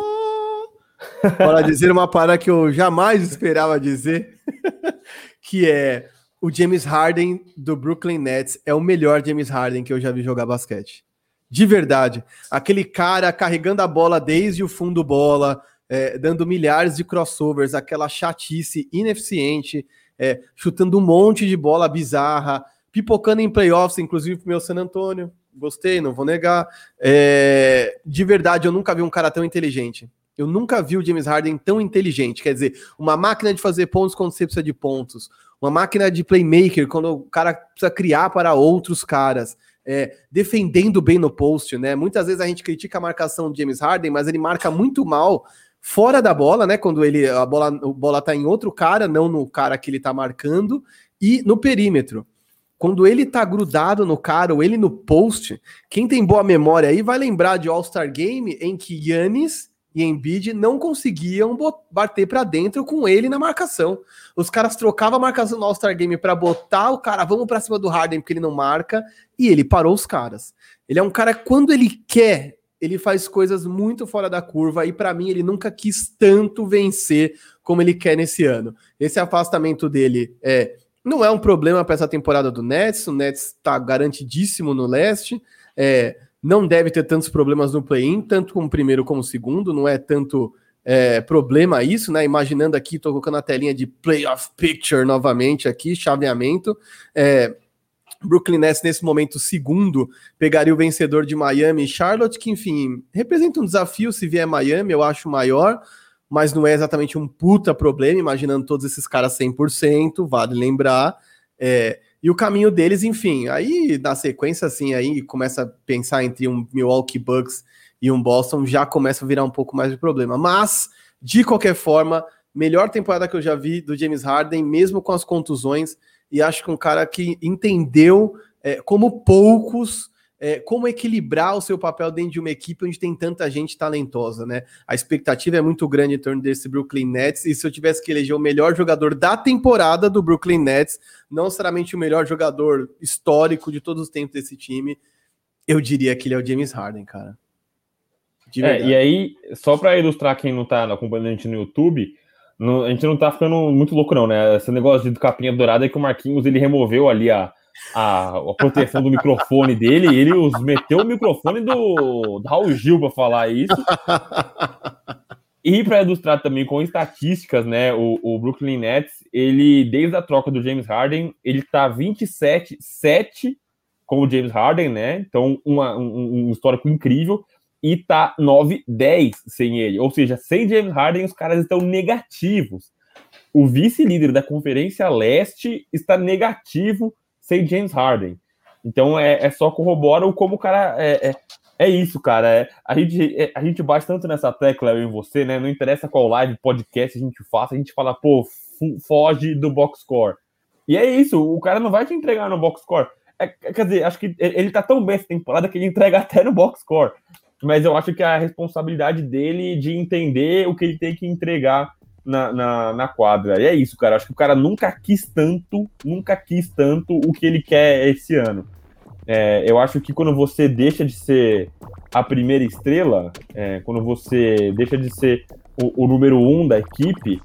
S1: Para dizer uma parada que eu jamais esperava dizer, que é... O James Harden do Brooklyn Nets é o melhor James Harden que eu já vi jogar basquete. De verdade. Aquele cara carregando a bola desde o fundo bola, é, dando milhares de crossovers, aquela chatice ineficiente, é, chutando um monte de bola bizarra, pipocando em playoffs, inclusive pro meu San Antonio. gostei, não vou negar. É, de verdade, eu nunca vi um cara tão inteligente. Eu nunca vi o James Harden tão inteligente. Quer dizer, uma máquina de fazer pontos quando você precisa de pontos. Uma máquina de playmaker quando o cara precisa criar para outros caras. É, defendendo bem no post, né? Muitas vezes a gente critica a marcação do James Harden, mas ele marca muito mal fora da bola, né? Quando ele, a bola, a bola tá em outro cara, não no cara que ele tá marcando, e no perímetro. Quando ele tá grudado no cara, ou ele no post, quem tem boa memória aí vai lembrar de All-Star Game em que Giannis e Embiid não conseguiam bater para dentro com ele na marcação. Os caras trocavam a marcação no All-Star Game para botar o cara, vamos para cima do Harden porque ele não marca, e ele parou os caras. Ele é um cara, quando ele quer, ele faz coisas muito fora da curva, e para mim ele nunca quis tanto vencer como ele quer nesse ano. Esse afastamento dele é, não é um problema para essa temporada do Nets, o Nets está garantidíssimo no leste, é... não deve ter tantos problemas no play-in, tanto como o primeiro como o segundo, não é tanto é, problema isso, né? Imaginando aqui, tô colocando a telinha de playoff picture novamente aqui, chaveamento. É, Brooklyn Nets, nesse momento, segundo, pegaria o vencedor de Miami e Charlotte, que, enfim, representa um desafio se vier Miami, eu acho maior, mas não é exatamente um puta problema, imaginando todos esses caras cem por cento, vale lembrar. É, e o caminho deles, enfim, aí na sequência, assim, aí começa a pensar entre um Milwaukee Bucks e um Boston, já começa a virar um pouco mais de problema. Mas, de qualquer forma, melhor temporada que eu já vi do James Harden, mesmo com as contusões, e acho que um cara que entendeu, é, como poucos, é, como equilibrar o seu papel dentro de uma equipe onde tem tanta gente talentosa, né? A expectativa é muito grande em torno desse Brooklyn Nets, e se eu tivesse que eleger o melhor jogador da temporada do Brooklyn Nets, não necessariamente o melhor jogador histórico de todos os tempos desse time, eu diria que ele é o James Harden, cara.
S3: É, e aí, só para ilustrar quem não tá acompanhando a gente no YouTube, no, a gente não tá ficando muito louco não, né? Esse negócio de capinha dourada é que o Marquinhos, ele removeu ali a, a, a proteção do microfone dele, e ele os meteu o microfone do, do Raul Gil para falar isso. E para ilustrar também com estatísticas, né, o, o Brooklyn Nets, ele, desde a troca do James Harden, ele tá vinte e sete a sete com o James Harden, né? Então, uma, um, um histórico incrível. E tá nove a dez sem ele. Ou seja, sem James Harden, os caras estão negativos. O vice-líder da Conferência Leste está negativo sem James Harden. Então, é, é só corrobora o como o cara... É, é, é isso, cara. É, a, gente, é, a gente bate tanto nessa tecla, eu e você, né? Não interessa qual live, podcast a gente faça, a gente fala, pô, foge do box score. E é isso, o cara não vai te entregar no box score. É, quer dizer, acho que ele tá tão bem essa temporada que ele entrega até no box score. Mas eu acho que é a responsabilidade dele de entender o que ele tem que entregar na, na, na quadra. E é isso, cara. Acho que o cara nunca quis tanto, nunca quis tanto o que ele quer esse ano. É, eu acho que quando você deixa de ser a primeira estrela, é, quando você deixa de ser o, o número um da equipe,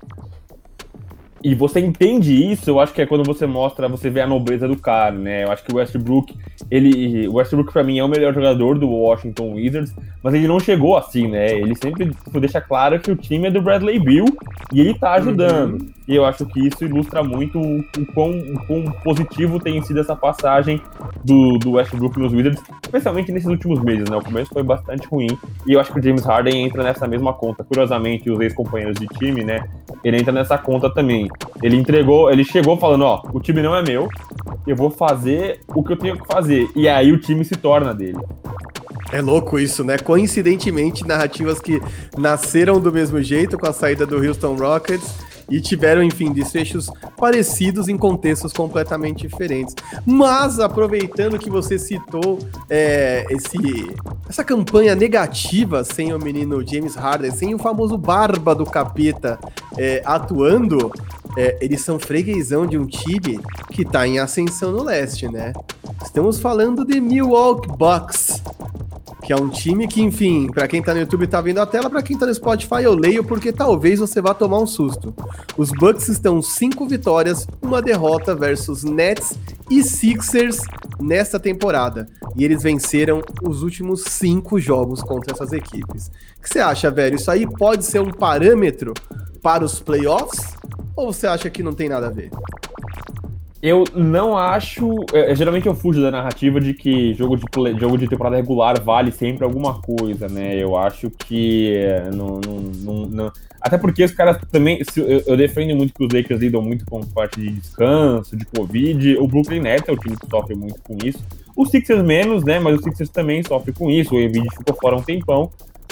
S3: e você entende isso, eu acho que é quando você mostra, você vê a nobreza do cara, né? Eu acho que o Westbrook, ele, o Westbrook pra mim é o melhor jogador do Washington Wizards, mas ele não chegou assim, né? Ele sempre deixa claro que o time é do Bradley Beal e ele tá ajudando. Uhum. E eu acho que isso ilustra muito o, o, quão, o quão positivo tem sido essa passagem do, do Westbrook nos Wizards, especialmente nesses últimos meses, né? O começo foi bastante ruim e eu acho que o James Harden entra nessa mesma conta. Curiosamente, os ex-companheiros de time, né? Ele entra nessa conta também. Ele entregou, ele chegou falando, ó, o time não é meu, eu vou fazer o que eu tenho que fazer. E aí o time se torna dele.
S1: É louco isso, né? Coincidentemente, narrativas que nasceram do mesmo jeito com a saída do Houston Rockets e tiveram, enfim, desfechos parecidos em contextos completamente diferentes. Mas, aproveitando que você citou é, esse, essa campanha negativa sem o menino James Harden, sem o famoso barba do capeta é, atuando, é, eles são freguesão de um time que tá em ascensão no leste, né? Estamos falando de Milwaukee Bucks, que é um time que, enfim, pra quem tá no YouTube tá vendo a tela, pra quem tá no Spotify eu leio, porque talvez você vá tomar um susto. Os Bucks estão cinco vitórias, uma derrota versus Nets e Sixers nesta temporada. E eles venceram os últimos cinco jogos contra essas equipes. O que você acha, velho? Isso aí pode ser um parâmetro para os playoffs? Ou você acha que não tem nada a ver?
S3: Eu não acho. É, geralmente eu fujo da narrativa de que jogo de, play, jogo de temporada regular vale sempre alguma coisa, né? Eu acho que. Não, não, não, não... Até porque os caras também. Eu, eu defendo muito que os Lakers lidam muito com parte de descanso, de Covid. O Brooklyn Nets é o time que sofre muito com isso. Os Sixers menos, né? Mas os Sixers também sofrem com isso. O Embiid ficou fora um tempão.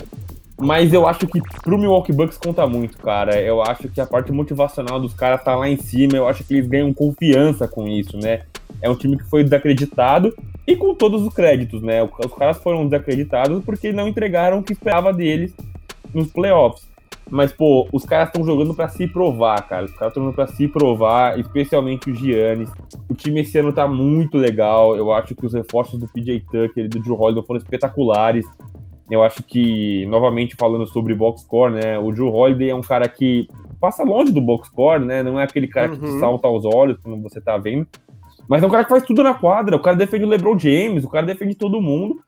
S3: Mas eu acho que pro Milwaukee Bucks conta muito, cara. Eu acho que a parte motivacional dos caras tá lá em cima. Eu acho que eles ganham confiança com isso, né? É um time que foi desacreditado e com todos os créditos, né? Os caras foram desacreditados porque não entregaram o que esperava deles nos playoffs. Mas, pô, os caras estão jogando pra se provar, cara. Os caras estão jogando pra se provar, especialmente o Giannis. O time esse ano tá muito legal. Eu acho que os reforços do P J Tucker e do Jrue Holiday foram espetaculares. Eu acho que, novamente falando sobre box score, né, o Jrue Holiday é um cara que passa longe do box score, né, não é aquele cara que
S1: Uhum.
S3: te salta aos olhos, como você tá vendo, mas é um cara que faz tudo na quadra, o cara defende o LeBron James, o cara defende todo mundo.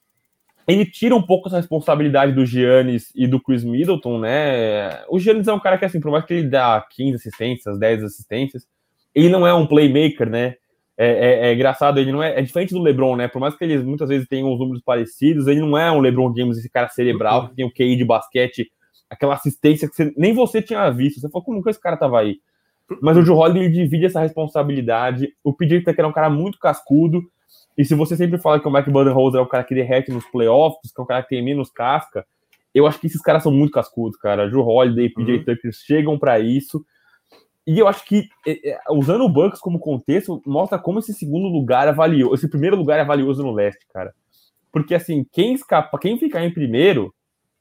S3: Ele tira um pouco essa responsabilidade do Giannis e do Chris Middleton, né, o Giannis é um cara que, assim, por mais que ele dá quinze assistências, dez assistências, ele não é um playmaker, né. É, é, é engraçado, ele não é, é diferente do LeBron, né? Por mais que eles muitas vezes tenham os números parecidos, ele não é um LeBron James, esse cara cerebral, que tem o Q I de basquete, aquela assistência que você, nem você tinha visto. Você falou, como que esse cara tava aí? Mas o Jrue Holiday divide essa responsabilidade. O P J Tucker é um cara muito cascudo, e se você sempre fala que o Mike Budenholzer é o cara que derrete nos playoffs, que é um cara que tem menos casca, eu acho que esses caras são muito cascudos, cara. Jrue Holiday e P J uhum. Tucker chegam pra isso. E eu acho que, usando o Bucks como contexto, mostra como esse segundo lugar é valioso, esse primeiro lugar é valioso no leste, cara. Porque, assim, quem escapa, quem ficar em primeiro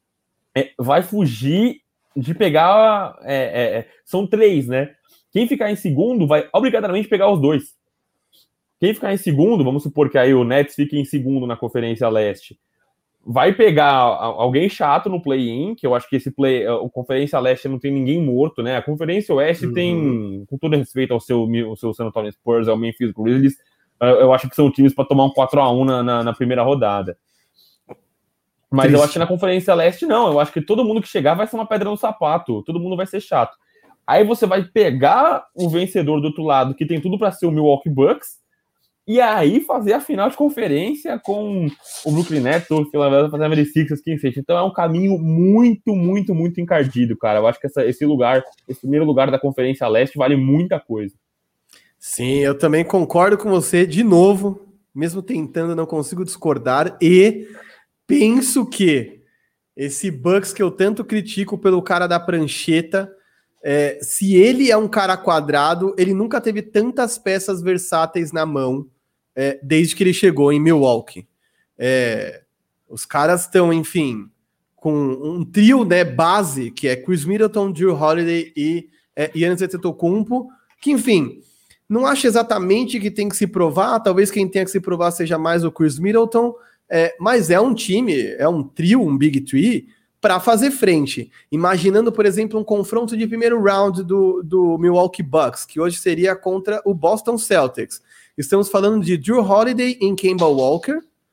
S3: é, vai fugir de pegar... É, é, são três, né? Quem ficar em segundo vai obrigatoriamente pegar os dois. Quem ficar em segundo, vamos supor que aí o Nets fique em segundo na Conferência Leste, vai pegar alguém chato no play-in, que eu acho que esse play, a Conferência Leste não tem ninguém morto, né? A Conferência Oeste uhum. tem, com todo respeito ao seu, ao seu San Antonio Spurs, ao Memphis Grizzlies, eu acho que são times para tomar um quatro a um na, na, na primeira rodada. Mas Triste. Eu acho que na Conferência Leste não, eu acho que todo mundo que chegar vai ser uma pedra no sapato, todo mundo vai ser chato. Aí você vai pegar o vencedor do outro lado, que tem tudo para ser o Milwaukee Bucks, e aí fazer a final de conferência com o Brooklyn Nets, o Philadelphia seventy-sixers, quem seja. Então é um caminho muito, muito, muito encardido, cara. Eu acho que essa, esse lugar, esse primeiro lugar da Conferência Leste vale muita coisa.
S1: Sim, eu também concordo com você, de novo, mesmo tentando, não consigo discordar, e penso que esse Bucks que eu tanto critico pelo cara da prancheta, é, se ele é um cara quadrado, ele nunca teve tantas peças versáteis na mão, É, desde que ele chegou em Milwaukee. É, os caras estão, enfim, com um trio, né, base, que é Chris Middleton, Jrue Holiday e é, Giannis Antetokounmpo, que, enfim, não acho exatamente que tem que se provar, talvez quem tenha que se provar seja mais o Chris Middleton, é, mas é um time, é um trio, um Big Three, para fazer frente. Imaginando, por exemplo, um confronto de primeiro round do, do Milwaukee Bucks, que hoje seria contra o Boston Celtics. Estamos falando de Jrue Holiday em Kemba Walker,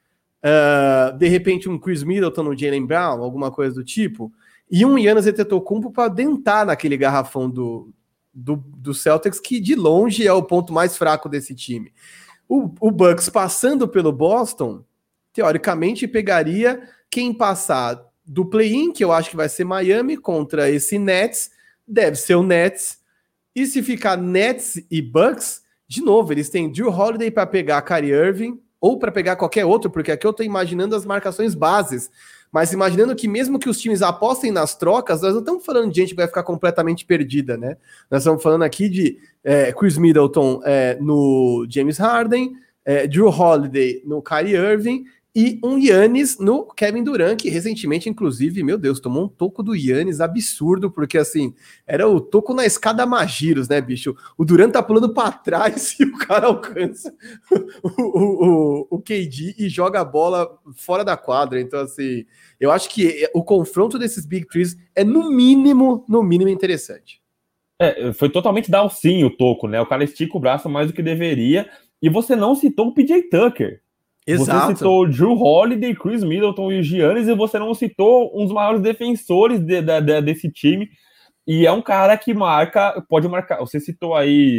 S1: uh, de repente um Chris Middleton no Jaylen Brown, alguma coisa do tipo, e um Giannis Antetokounmpo para dentar naquele garrafão do, do, do Celtics, que de longe é o ponto mais fraco desse time. O, o Bucks passando pelo Boston, teoricamente pegaria quem passar do play-in, que eu acho que vai ser Miami, contra esse Nets, deve ser o Nets, e se ficar Nets e Bucks, de novo, eles têm Jrue Holiday para pegar Kyrie Irving, ou para pegar qualquer outro, porque aqui eu estou imaginando as marcações bases, mas imaginando que mesmo que os times apostem nas trocas, nós não estamos falando de gente que vai ficar completamente perdida, né? Nós estamos falando aqui de é, Chris Middleton é, no James Harden, é, Jrue Holiday no Kyrie Irving, e um Giannis no Kevin Durant, que recentemente, inclusive, meu Deus, tomou um toco do Giannis absurdo, porque assim, era o toco na escada Magiros, né, bicho? O Durant tá pulando pra trás e o cara alcança o, o, o, o K D e joga a bola fora da quadra. Então, assim, eu acho que o confronto desses Big Threes é no mínimo, no mínimo interessante.
S3: É, foi totalmente dar o sim o toco, né? O cara estica o braço mais do que deveria, e você não citou o P J Tucker. Exato. Você citou o Jrue Holiday, Chris Middleton e o Giannis, e você não citou um dos maiores defensores de, de, de, desse time, e é um cara que marca, pode marcar, você citou aí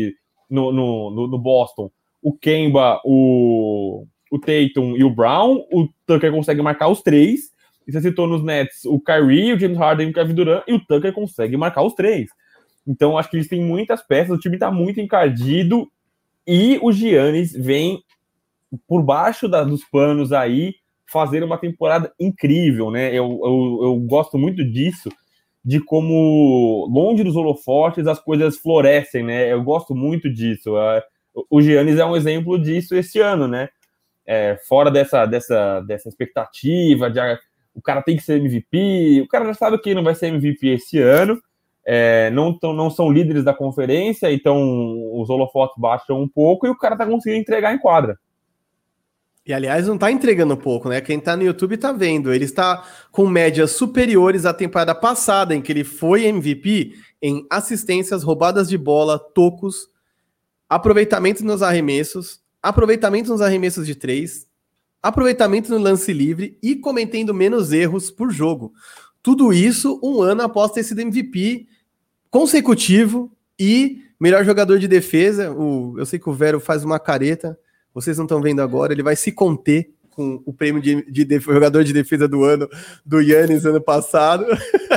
S3: no, no, no, no Boston, o Kemba, o, o Tatum e o Brown, o Tucker consegue marcar os três. E você citou nos Nets o Kyrie, o James Harden e o Kevin Durant, e o Tucker consegue marcar os três. Então, acho que eles têm muitas peças, o time está muito encardido, e o Giannis vem por baixo da, dos panos aí, fazer uma temporada incrível, né? Eu, eu, eu gosto muito disso, de como, longe dos holofotes, as coisas florescem, né? Eu gosto muito disso. O Giannis é um exemplo disso esse ano, né? É, fora dessa, dessa, dessa expectativa, de, o cara tem que ser M V P, o cara já sabe que não vai ser M V P esse ano, é, não, tão, não são líderes da conferência, então os holofotes baixam um pouco e o cara tá conseguindo entregar em quadra.
S1: E, aliás, não tá entregando pouco, né? Quem tá no YouTube tá vendo. Ele está com médias superiores à temporada passada, em que ele foi M V P em assistências, roubadas de bola, tocos, aproveitamento nos arremessos, aproveitamento nos arremessos de três, aproveitamento no lance livre e cometendo menos erros por jogo. Tudo isso um ano após ter sido M V P consecutivo e melhor jogador de defesa. O, eu sei que o Vero faz uma careta, vocês não estão vendo agora, ele vai se conter com o prêmio de, de, de jogador de defesa do ano do Giannis ano passado.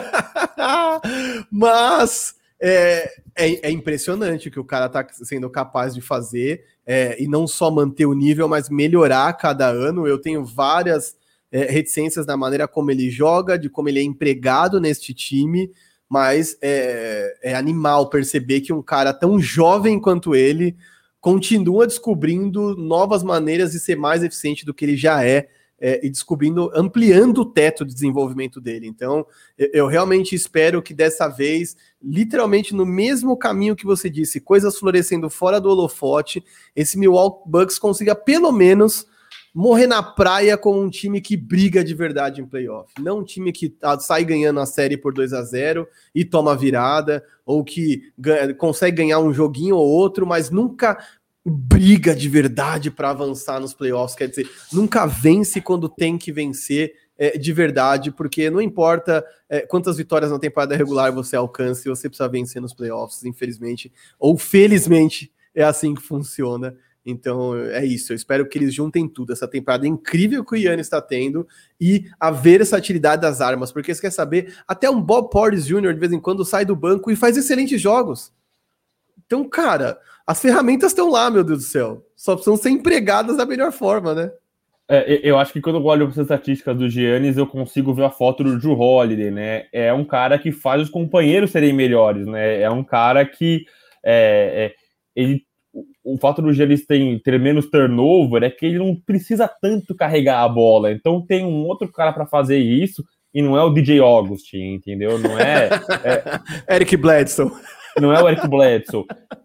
S1: Mas é, é, é impressionante o que o cara está sendo capaz de fazer, é, e não só manter o nível, mas melhorar a cada ano. Eu tenho várias é, reticências na maneira como ele joga, de como ele é empregado neste time, mas é, é animal perceber que um cara tão jovem quanto ele continua descobrindo novas maneiras de ser mais eficiente do que ele já é, é e descobrindo, ampliando o teto de desenvolvimento dele. Então, eu, eu realmente espero que dessa vez, literalmente no mesmo caminho que você disse, coisas florescendo fora do holofote, esse Milwaukee Bucks consiga pelo menos morrer na praia como um time que briga de verdade em playoff. Não um time que sai ganhando a série por dois a zero e toma virada, ou que ganha, consegue ganhar um joguinho ou outro, mas nunca briga de verdade para avançar nos playoffs. Quer dizer, nunca vence quando tem que vencer é, de verdade, porque não importa é, quantas vitórias na temporada regular você alcance, você precisa vencer nos playoffs, infelizmente, ou felizmente é assim que funciona. Então é isso, eu espero que eles juntem tudo, essa temporada incrível que o Giannis está tendo e a versatilidade das armas, porque você quer saber, até um Bob Portis Júnior de vez em quando sai do banco e faz excelentes jogos. Então, cara, as ferramentas estão lá, meu Deus do céu, só precisam ser empregadas da melhor forma, né?
S3: É, eu acho que quando eu olho para as estatísticas do Giannis, eu consigo ver a foto do Jrue Holiday, né? É um cara que faz os companheiros serem melhores, né? É um cara que é, é, ele o fato do Giannis ter, ter menos turnover é que ele não precisa tanto carregar a bola. Então tem um outro cara para fazer isso e não é o D J Augustin, entendeu? Não é,
S1: é... Eric Bledsoe.
S3: Não é o Eric Bledsoe.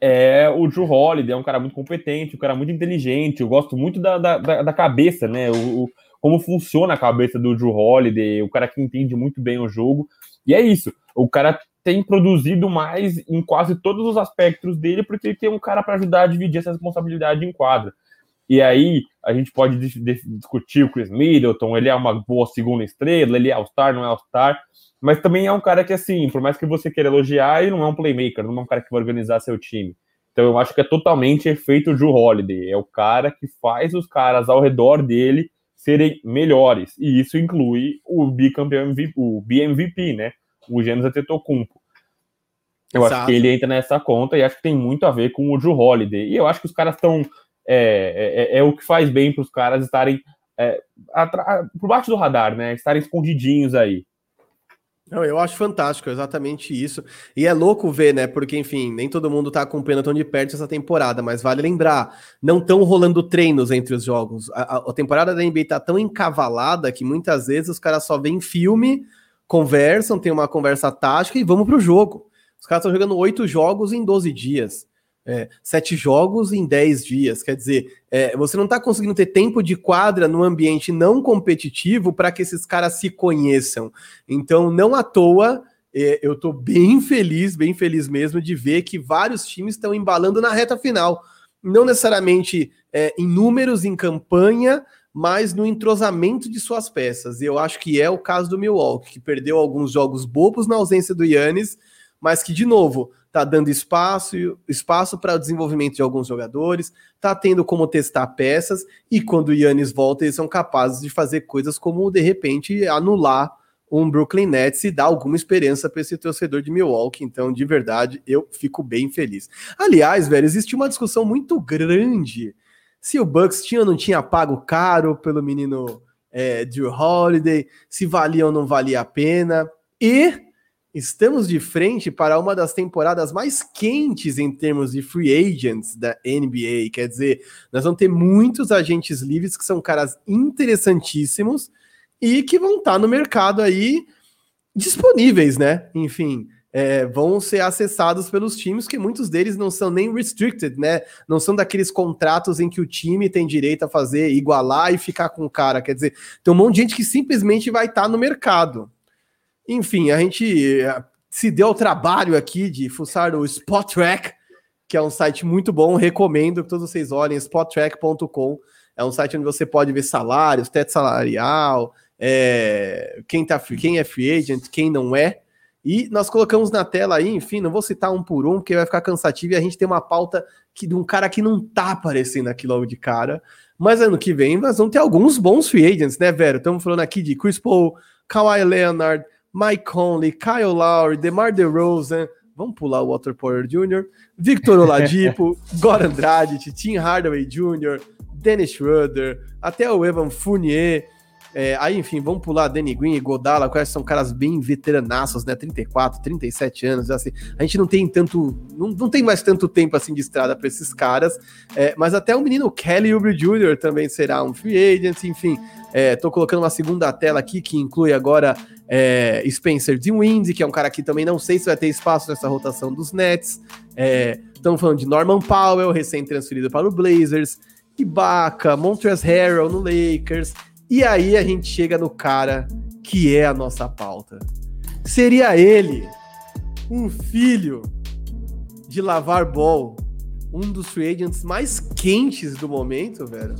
S3: É o Jrue Holiday, é um cara muito competente, um cara muito inteligente. Eu gosto muito da, da, da cabeça, né? O, o, como funciona a cabeça do Jrue Holiday, o cara que entende muito bem o jogo. E é isso. O cara tem produzido mais em quase todos os aspectos dele, porque ele tem um cara para ajudar a dividir essa responsabilidade em quadra. E aí, a gente pode discutir o Chris Middleton, ele é uma boa segunda estrela, ele é All-Star, não é All-Star, mas também é um cara que, assim, por mais que você queira elogiar, ele não é um playmaker, não é um cara que vai organizar seu time. Então eu acho que é totalmente efeito Jrue Holiday, é o cara que faz os caras ao redor dele serem melhores, e isso inclui o bicampeão M V P, o B M V P, né? O Giannis Antetokounmpo. Eu Exato. Acho que ele entra nessa conta e acho que tem muito a ver com o Jrue Holiday. E eu acho que os caras estão... É, é, é o que faz bem para os caras estarem é, atra- por baixo do radar, né? Estarem escondidinhos aí.
S1: Não, eu acho fantástico, exatamente isso. E é louco ver, né? Porque, enfim, nem todo mundo tá acompanhando tão de perto essa temporada, mas vale lembrar, não estão rolando treinos entre os jogos. A, a, a temporada da N B A tá tão encavalada que muitas vezes os caras só veem filme, conversam, tem uma conversa tática e vamos pro jogo. Os caras estão jogando oito jogos em doze dias. É, sete jogos em dez dias, quer dizer, é, você não está conseguindo ter tempo de quadra num ambiente não competitivo para que esses caras se conheçam. Então, não à toa, é, eu estou bem feliz, bem feliz mesmo de ver que vários times estão embalando na reta final, não necessariamente é, em números, em campanha, mas no entrosamento de suas peças. E eu acho que é o caso do Milwaukee, que perdeu alguns jogos bobos na ausência do Giannis, mas que, de novo, tá dando espaço, espaço para o desenvolvimento de alguns jogadores, tá tendo como testar peças, e quando o Giannis volta, eles são capazes de fazer coisas como, de repente, anular um Brooklyn Nets e dar alguma esperança para esse torcedor de Milwaukee. Então, de verdade, eu fico bem feliz. Aliás, velho, existe uma discussão muito grande se o Bucks tinha ou não tinha pago caro pelo menino é, Drew Holiday, se valia ou não valia a pena. E estamos de frente para uma das temporadas mais quentes em termos de free agents da N B A. Quer dizer, nós vamos ter muitos agentes livres que são caras interessantíssimos e que vão estar no mercado aí disponíveis, né? Enfim, é, vão ser acessados pelos times, que muitos deles não são nem restricted, né? Não são daqueles contratos em que o time tem direito a fazer, igualar e ficar com o cara. Quer dizer, tem um monte de gente que simplesmente vai estar no mercado. Enfim, a gente se deu o trabalho aqui de fuçar o Spotrac, que é um site muito bom, recomendo que todos vocês olhem, spotrac ponto com. É um site onde você pode ver salários, teto salarial, é, quem, tá, quem é free agent, quem não é. E nós colocamos na tela aí, enfim, não vou citar um por um, porque vai ficar cansativo, e a gente tem uma pauta que, de um cara que não tá aparecendo aqui logo de cara. Mas ano que vem nós vamos ter alguns bons free agents, né, Vero? Estamos falando aqui de Chris Paul, Kawhi Leonard, Mike Conley, Kyle Lowry, DeMar DeRozan, vamos pular o Otto Porter Júnior, Victor Oladipo, Goran Dragic, Tim Hardaway Júnior, Dennis Schroeder, até o Evan Fournier, é, aí enfim, vamos pular Danny Green e Godala, que são caras bem veteranaços, né, trinta e quatro, trinta e sete anos, assim, a gente não tem tanto, não, não tem mais tanto tempo assim de estrada para esses caras, é, mas até o menino Kelly Oubre Júnior também será um free agent, enfim, é, tô colocando uma segunda tela aqui que inclui agora é, Spencer Dinwiddie, que é um cara que também não sei se vai ter espaço nessa rotação dos Nets, estamos é, falando de Norman Powell, recém-transferido para o Blazers, Ibaka, Montrezl Harrell no Lakers, e aí a gente chega no cara que é a nossa pauta. Seria ele, um filho de LaVar Ball, um dos free agents mais quentes do momento, velho.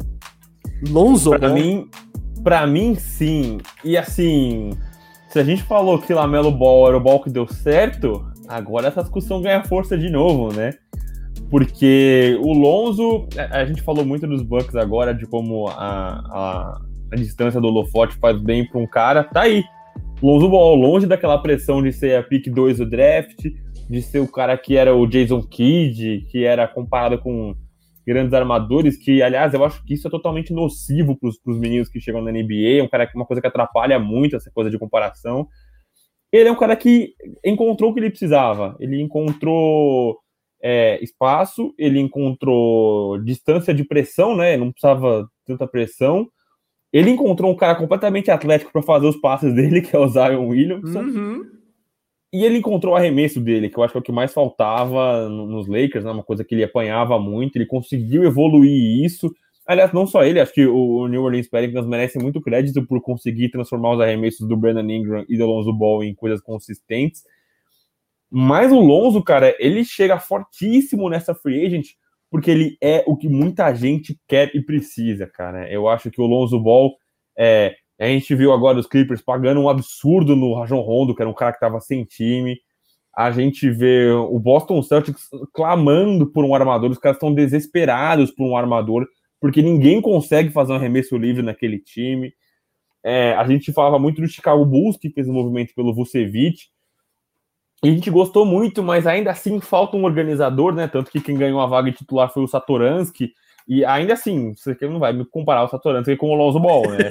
S1: Lonzo
S3: pra
S1: Ball.
S3: Mim, pra mim, sim. E assim, se a gente falou que LaMelo Ball era o Ball que deu certo, agora essa discussão ganha força de novo, né? Porque o Lonzo, a gente falou muito dos Bucks agora, de como a, a, a distância do holofote faz bem para um cara, tá aí. Lonzo Ball, longe daquela pressão de ser a pick dois do draft, de ser o cara que era o Jason Kidd, que era comparado com grandes armadores, que, aliás, eu acho que isso é totalmente nocivo para os meninos que chegam na N B A, um cara, uma coisa que atrapalha muito essa coisa de comparação. Ele é um cara que encontrou o que ele precisava, ele encontrou... É, espaço, ele encontrou distância de pressão, né? Não precisava tanta pressão. Ele encontrou um cara completamente atlético para fazer os passes dele, que é o Zion Williamson.
S1: Uhum.
S3: E ele encontrou o arremesso dele, que eu acho que é o que mais faltava nos Lakers, né? Uma coisa que ele apanhava muito. Ele conseguiu evoluir isso. Aliás, não só ele, acho que o New Orleans Pelicans merece muito crédito por conseguir transformar os arremessos do Brandon Ingram e do Lonzo Ball em coisas consistentes. Mas o Lonzo, cara, ele chega fortíssimo nessa free agent, porque ele é o que muita gente quer e precisa, cara. Eu acho que o Lonzo Ball, é, a gente viu agora os Clippers pagando um absurdo no Rajon Rondo, que era um cara que tava sem time. A gente vê o Boston Celtics clamando por um armador, os caras estão desesperados por um armador, porque ninguém consegue fazer um arremesso livre naquele time. É, a gente falava muito do Chicago Bulls, que fez um movimento pelo Vucevic, e a gente gostou muito, mas ainda assim falta um organizador, né? Tanto que quem ganhou a vaga de titular foi o Satoransky. E ainda assim, você não vai me comparar o Satoransky com o Lonzo Ball, né?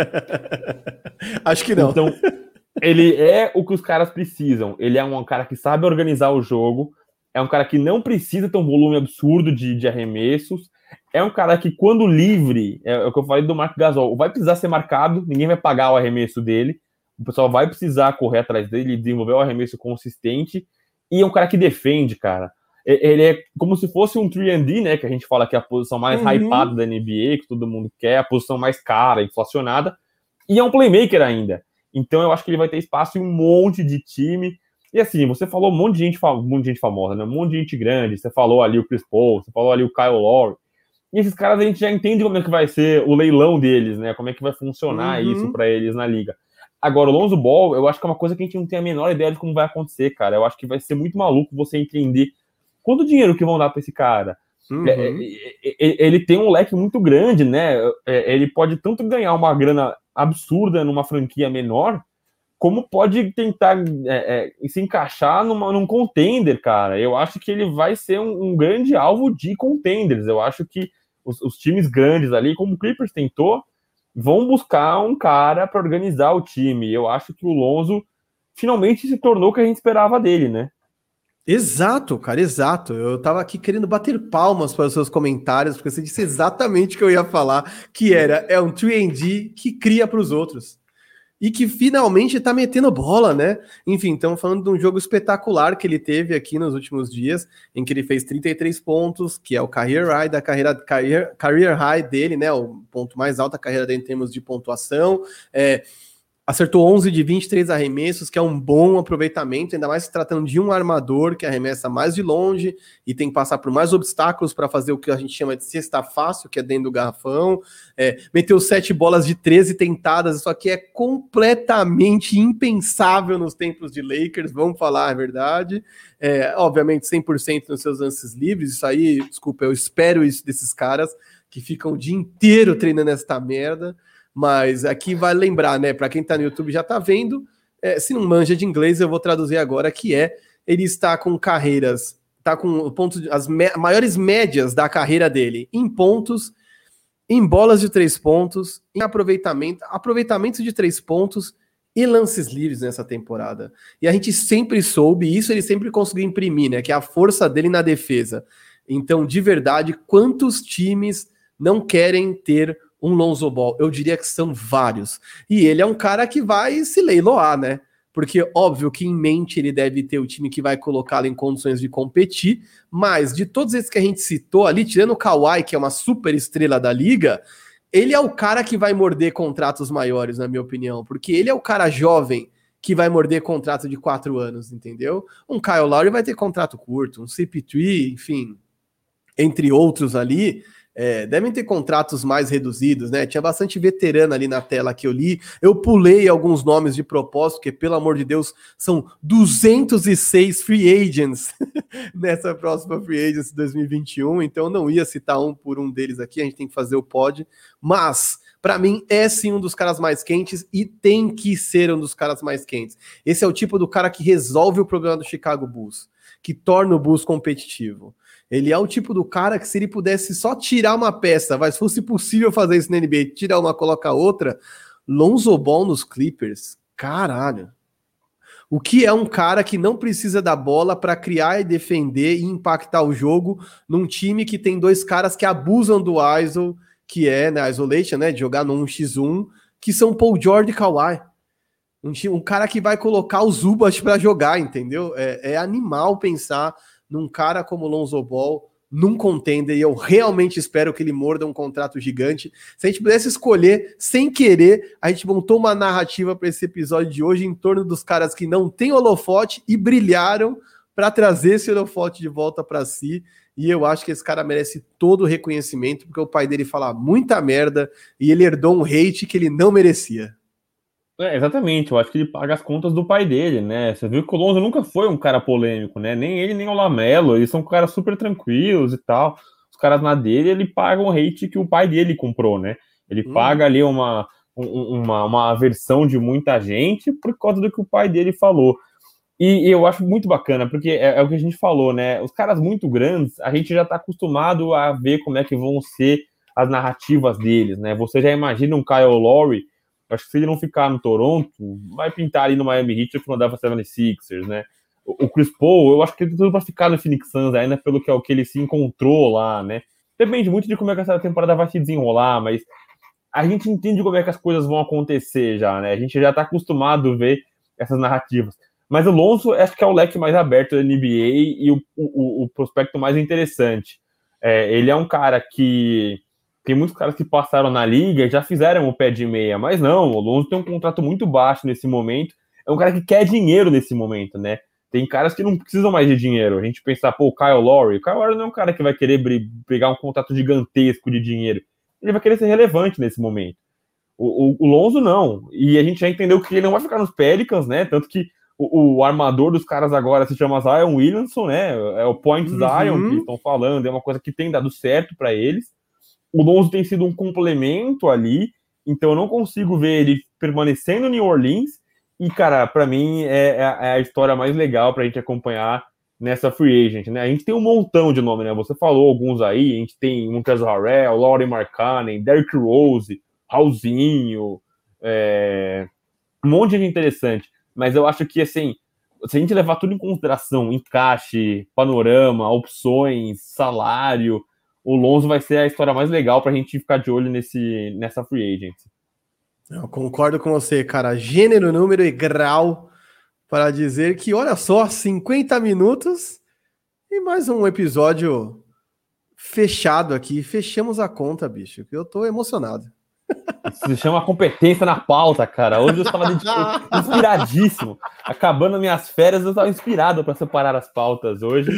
S1: Acho que não.
S3: Então, ele é o que os caras precisam. Ele é um cara que sabe organizar o jogo. É um cara que não precisa ter um volume absurdo de, de arremessos. É um cara que, quando livre, é o que eu falei do Marc Gasol, vai precisar ser marcado, ninguém vai pagar o arremesso dele. O pessoal vai precisar correr atrás dele, desenvolver um arremesso consistente, e é um cara que defende, cara. Ele é como se fosse um três and D, né, que a gente fala que é a posição mais uhum. hypada da N B A, que todo mundo quer, a posição mais cara, inflacionada, e é um playmaker ainda. Então eu acho que ele vai ter espaço em um monte de time. E assim, você falou um monte de gente, um monte de gente famosa, né, um monte de gente grande, você falou ali o Chris Paul, você falou ali o Kyle Lowry, e esses caras a gente já entende como é que vai ser o leilão deles, né, como é que vai funcionar uhum. isso para eles na liga. Agora, o Lonzo Ball, eu acho que é uma coisa que a gente não tem a menor ideia de como vai acontecer, cara. Eu acho que vai ser muito maluco você entender quanto dinheiro que vão dar para esse cara. Uhum. Ele tem um leque muito grande, né? Ele pode tanto ganhar uma grana absurda numa franquia menor, como pode tentar é, é, se encaixar numa, num contender, cara. Eu acho que ele vai ser um, um grande alvo de contenders. Eu acho que os, os times grandes ali, como o Clippers tentou, vão buscar um cara para organizar o time. Eu acho que o Lonzo finalmente se tornou o que a gente esperava dele, né?
S1: Exato, cara, exato. Eu tava aqui querendo bater palmas para os seus comentários, porque você disse exatamente o que eu ia falar, que era, é um três and D que cria para os outros. E que finalmente tá metendo bola, né? Enfim, estamos falando de um jogo espetacular que ele teve aqui nos últimos dias, em que ele fez trinta e três pontos, que é o career high da carreira, career, career high dele, né? O ponto mais alto da carreira dele em termos de pontuação. É, acertou onze de vinte e três arremessos, que é um bom aproveitamento, ainda mais se tratando de um armador que arremessa mais de longe e tem que passar por mais obstáculos para fazer o que a gente chama de cesta fácil, que é dentro do garrafão. É, meteu sete bolas de treze tentadas, isso aqui é completamente impensável nos tempos de Lakers, vamos falar a verdade. É, obviamente cem por cento nos seus lances livres, isso aí, desculpa, eu espero isso desses caras que ficam o dia inteiro treinando essa merda. Mas aqui vai lembrar, né? Para quem tá no YouTube já tá vendo. É, se não manja de inglês, eu vou traduzir agora, que é ele está com carreiras, tá com pontos, as me, maiores médias da carreira dele em pontos, em bolas de três pontos, em aproveitamento, aproveitamento de três pontos e lances livres nessa temporada. E a gente sempre soube, isso ele sempre conseguiu imprimir, né? Que é a força dele na defesa. Então, de verdade, quantos times não querem ter um Lonzo Ball? Eu diria que são vários. E ele é um cara que vai se leiloar, né? Porque, óbvio que em mente ele deve ter o time que vai colocá-lo em condições de competir, mas de todos esses que a gente citou ali, tirando o Kawhi, que é uma super estrela da liga, ele é o cara que vai morder contratos maiores, na minha opinião, porque ele é o cara jovem que vai morder contrato de quatro anos, entendeu? Um Kyle Lowry vai ter contrato curto, um C P três, enfim, entre outros ali, É, devem ter contratos mais reduzidos, né? Tinha bastante veterano ali na tela que eu li. Eu pulei alguns nomes de propósito, porque, pelo amor de Deus, são duzentos e seis free agents nessa próxima free agents dois mil e vinte e um, então eu não ia citar um por um deles aqui, a gente tem que fazer o pod, mas para mim é sim um dos caras mais quentes e tem que ser um dos caras mais quentes. Esse é o tipo do cara que resolve o problema do Chicago Bulls, que torna o Bulls competitivo. Ele é o tipo do cara que, se ele pudesse só tirar uma peça, mas fosse possível fazer isso na N B A, tirar uma, colocar outra, Lonzo Ball nos Clippers, caralho. O que é um cara que não precisa da bola para criar e defender e impactar o jogo num time que tem dois caras que abusam do I S O, que é na né, isolation, né, de jogar no um contra um, que são Paul George e Kawhi. Um, um cara que vai colocar o Zubac para jogar, entendeu? É, é animal pensar num cara como Lonzo Ball, num contender, e eu realmente espero que ele morda um contrato gigante. Se a gente pudesse escolher, sem querer, a gente montou uma narrativa para esse episódio de hoje em torno dos caras que não têm holofote e brilharam para trazer esse holofote de volta para si, e eu acho que esse cara merece todo o reconhecimento, porque o pai dele fala muita merda, e ele herdou um hate que ele não merecia.
S3: É, exatamente, eu acho que ele paga as contas do pai dele, né? Você viu que o Lonzo nunca foi um cara polêmico, né? Nem ele, nem o Lamelo, eles são caras super tranquilos e tal. Os caras na dele, ele paga um hate que o pai dele comprou, né? Ele hum. paga ali uma, uma, uma aversão de muita gente por causa do que o pai dele falou. E, e eu acho muito bacana, porque é, é o que a gente falou, né? Os caras muito grandes, a gente já tá acostumado a ver como é que vão ser as narrativas deles, né? Você já imagina um Kyle Lowry. Acho que se ele não ficar no Toronto, vai pintar ali no Miami Heat que mandava setenta e seis ers, né? O Chris Paul, eu acho que ele tem tudo para ficar no Phoenix Suns ainda, pelo que, é o que ele se encontrou lá, né? Depende muito de como é que essa temporada vai se desenrolar, mas a gente entende como é que as coisas vão acontecer já, né? A gente já tá acostumado a ver essas narrativas. Mas o Lonzo, acho que é o leque mais aberto da N B A e o, o, o prospecto mais interessante. É, ele é um cara que... Tem muitos caras que passaram na liga e já fizeram o pé de meia, mas não, o Lonzo tem um contrato muito baixo nesse momento, é um cara que quer dinheiro nesse momento, né? Tem caras que não precisam mais de dinheiro. A gente pensa, pô, o Kyle Lowry, o Kyle Lowry não é um cara que vai querer pegar um contrato gigantesco de dinheiro, ele vai querer ser relevante nesse momento. O, o, o Lonzo não. E a gente já entendeu que ele não vai ficar nos Pelicans, né? Tanto que o, o armador dos caras agora se chama Zion Williamson, né? É o Point
S1: Uhum.
S3: Zion que estão falando, é uma coisa que tem dado certo para eles. O Lonzo tem sido um complemento ali, então eu não consigo ver ele permanecendo em New Orleans. E, cara, para mim é, é a história mais legal pra gente acompanhar nessa free agent, né? A gente tem um montão de nome, né? Você falou alguns aí, a gente tem Montrezl Harrell, Lauri Markkanen, Derrick Rose, Raulzinho, é... um monte de gente interessante. Mas eu acho que, assim, se a gente levar tudo em consideração, encaixe, panorama, opções, salário, o Lonzo vai ser a história mais legal pra gente ficar de olho nesse, nessa free agent.
S1: Eu concordo com você, cara. Gênero, número e grau para dizer que, olha só, cinquenta minutos e mais um episódio fechado aqui. Fechamos a conta, bicho. Eu tô emocionado.
S3: Isso se chama competência na pauta, cara. Hoje eu estava inspiradíssimo. Acabando minhas férias, eu estava inspirado para separar as pautas hoje.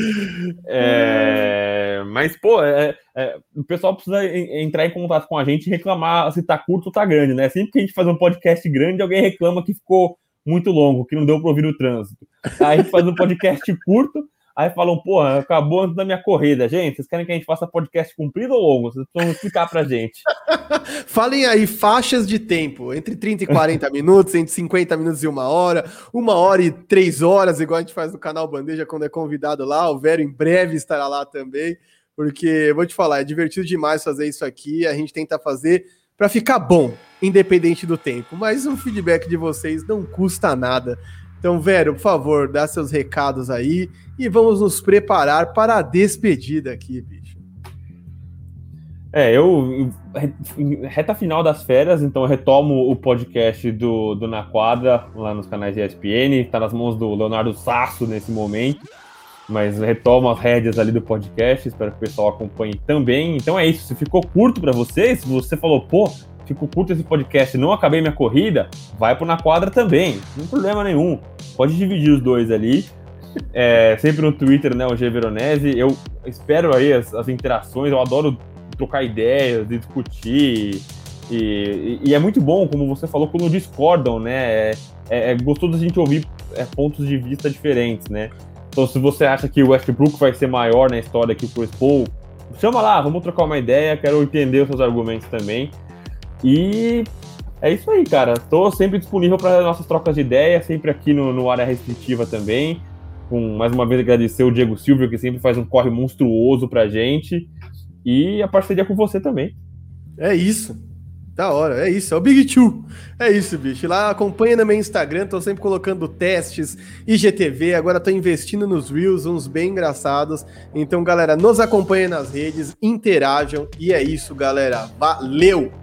S3: É... Mas, pô, é, é... o pessoal precisa entrar em contato com a gente e reclamar se tá curto ou tá grande, né? Sempre que a gente faz um podcast grande, alguém reclama que ficou muito longo, que não deu para ouvir o trânsito. Aí a gente faz um podcast curto, aí falam, porra, acabou antes da minha corrida. Gente, vocês querem que a gente faça podcast comprido ou longo? Vocês precisam explicar pra gente.
S1: Falem aí, faixas de tempo, entre trinta e quarenta minutos, entre cinquenta minutos e uma hora, uma hora e três horas, igual a gente faz no canal Bandeja quando é convidado lá. O Vero em breve estará lá também, porque, eu vou te falar, é divertido demais fazer isso aqui, a gente tenta fazer para ficar bom, independente do tempo, mas um feedback de vocês não custa nada. Então, Vero, por favor, dá seus recados aí e vamos nos preparar para a despedida aqui, bicho.
S3: É, eu, reta final das férias, então eu retomo o podcast do, do Na Quadra, lá nos canais de E S P N, tá nas mãos do Leonardo Sasso nesse momento, mas retomo as rédeas ali do podcast, espero que o pessoal acompanhe também. Então é isso, se ficou curto para vocês, se você falou, pô, ficou curto esse podcast, não acabei minha corrida, vai pro Na Quadra também, não tem problema nenhum, pode dividir os dois ali. É, sempre no Twitter, né, o G Veronese, eu espero aí as, as interações, eu adoro trocar ideias, discutir, e, e, e é muito bom, como você falou, quando discordam, né, é, é gostoso a gente ouvir é, pontos de vista diferentes, né, então se você acha que o Westbrook vai ser maior na história que o Chris Paul, chama lá, vamos trocar uma ideia, quero entender os seus argumentos também, e é isso aí, cara, estou sempre disponível para nossas trocas de ideias, sempre aqui no, no Área Restritiva também, com, mais uma vez agradecer o Diego Silvio, que sempre faz um corre monstruoso pra gente, e a parceria com você também.
S1: É isso. Da hora, é isso. É o Big Two. É isso, bicho. Lá acompanha no meu Instagram, tô sempre colocando testes, I G T V, agora tô investindo nos Reels, uns bem engraçados. Então, galera, nos acompanhem nas redes, interajam, e é isso, galera. Valeu!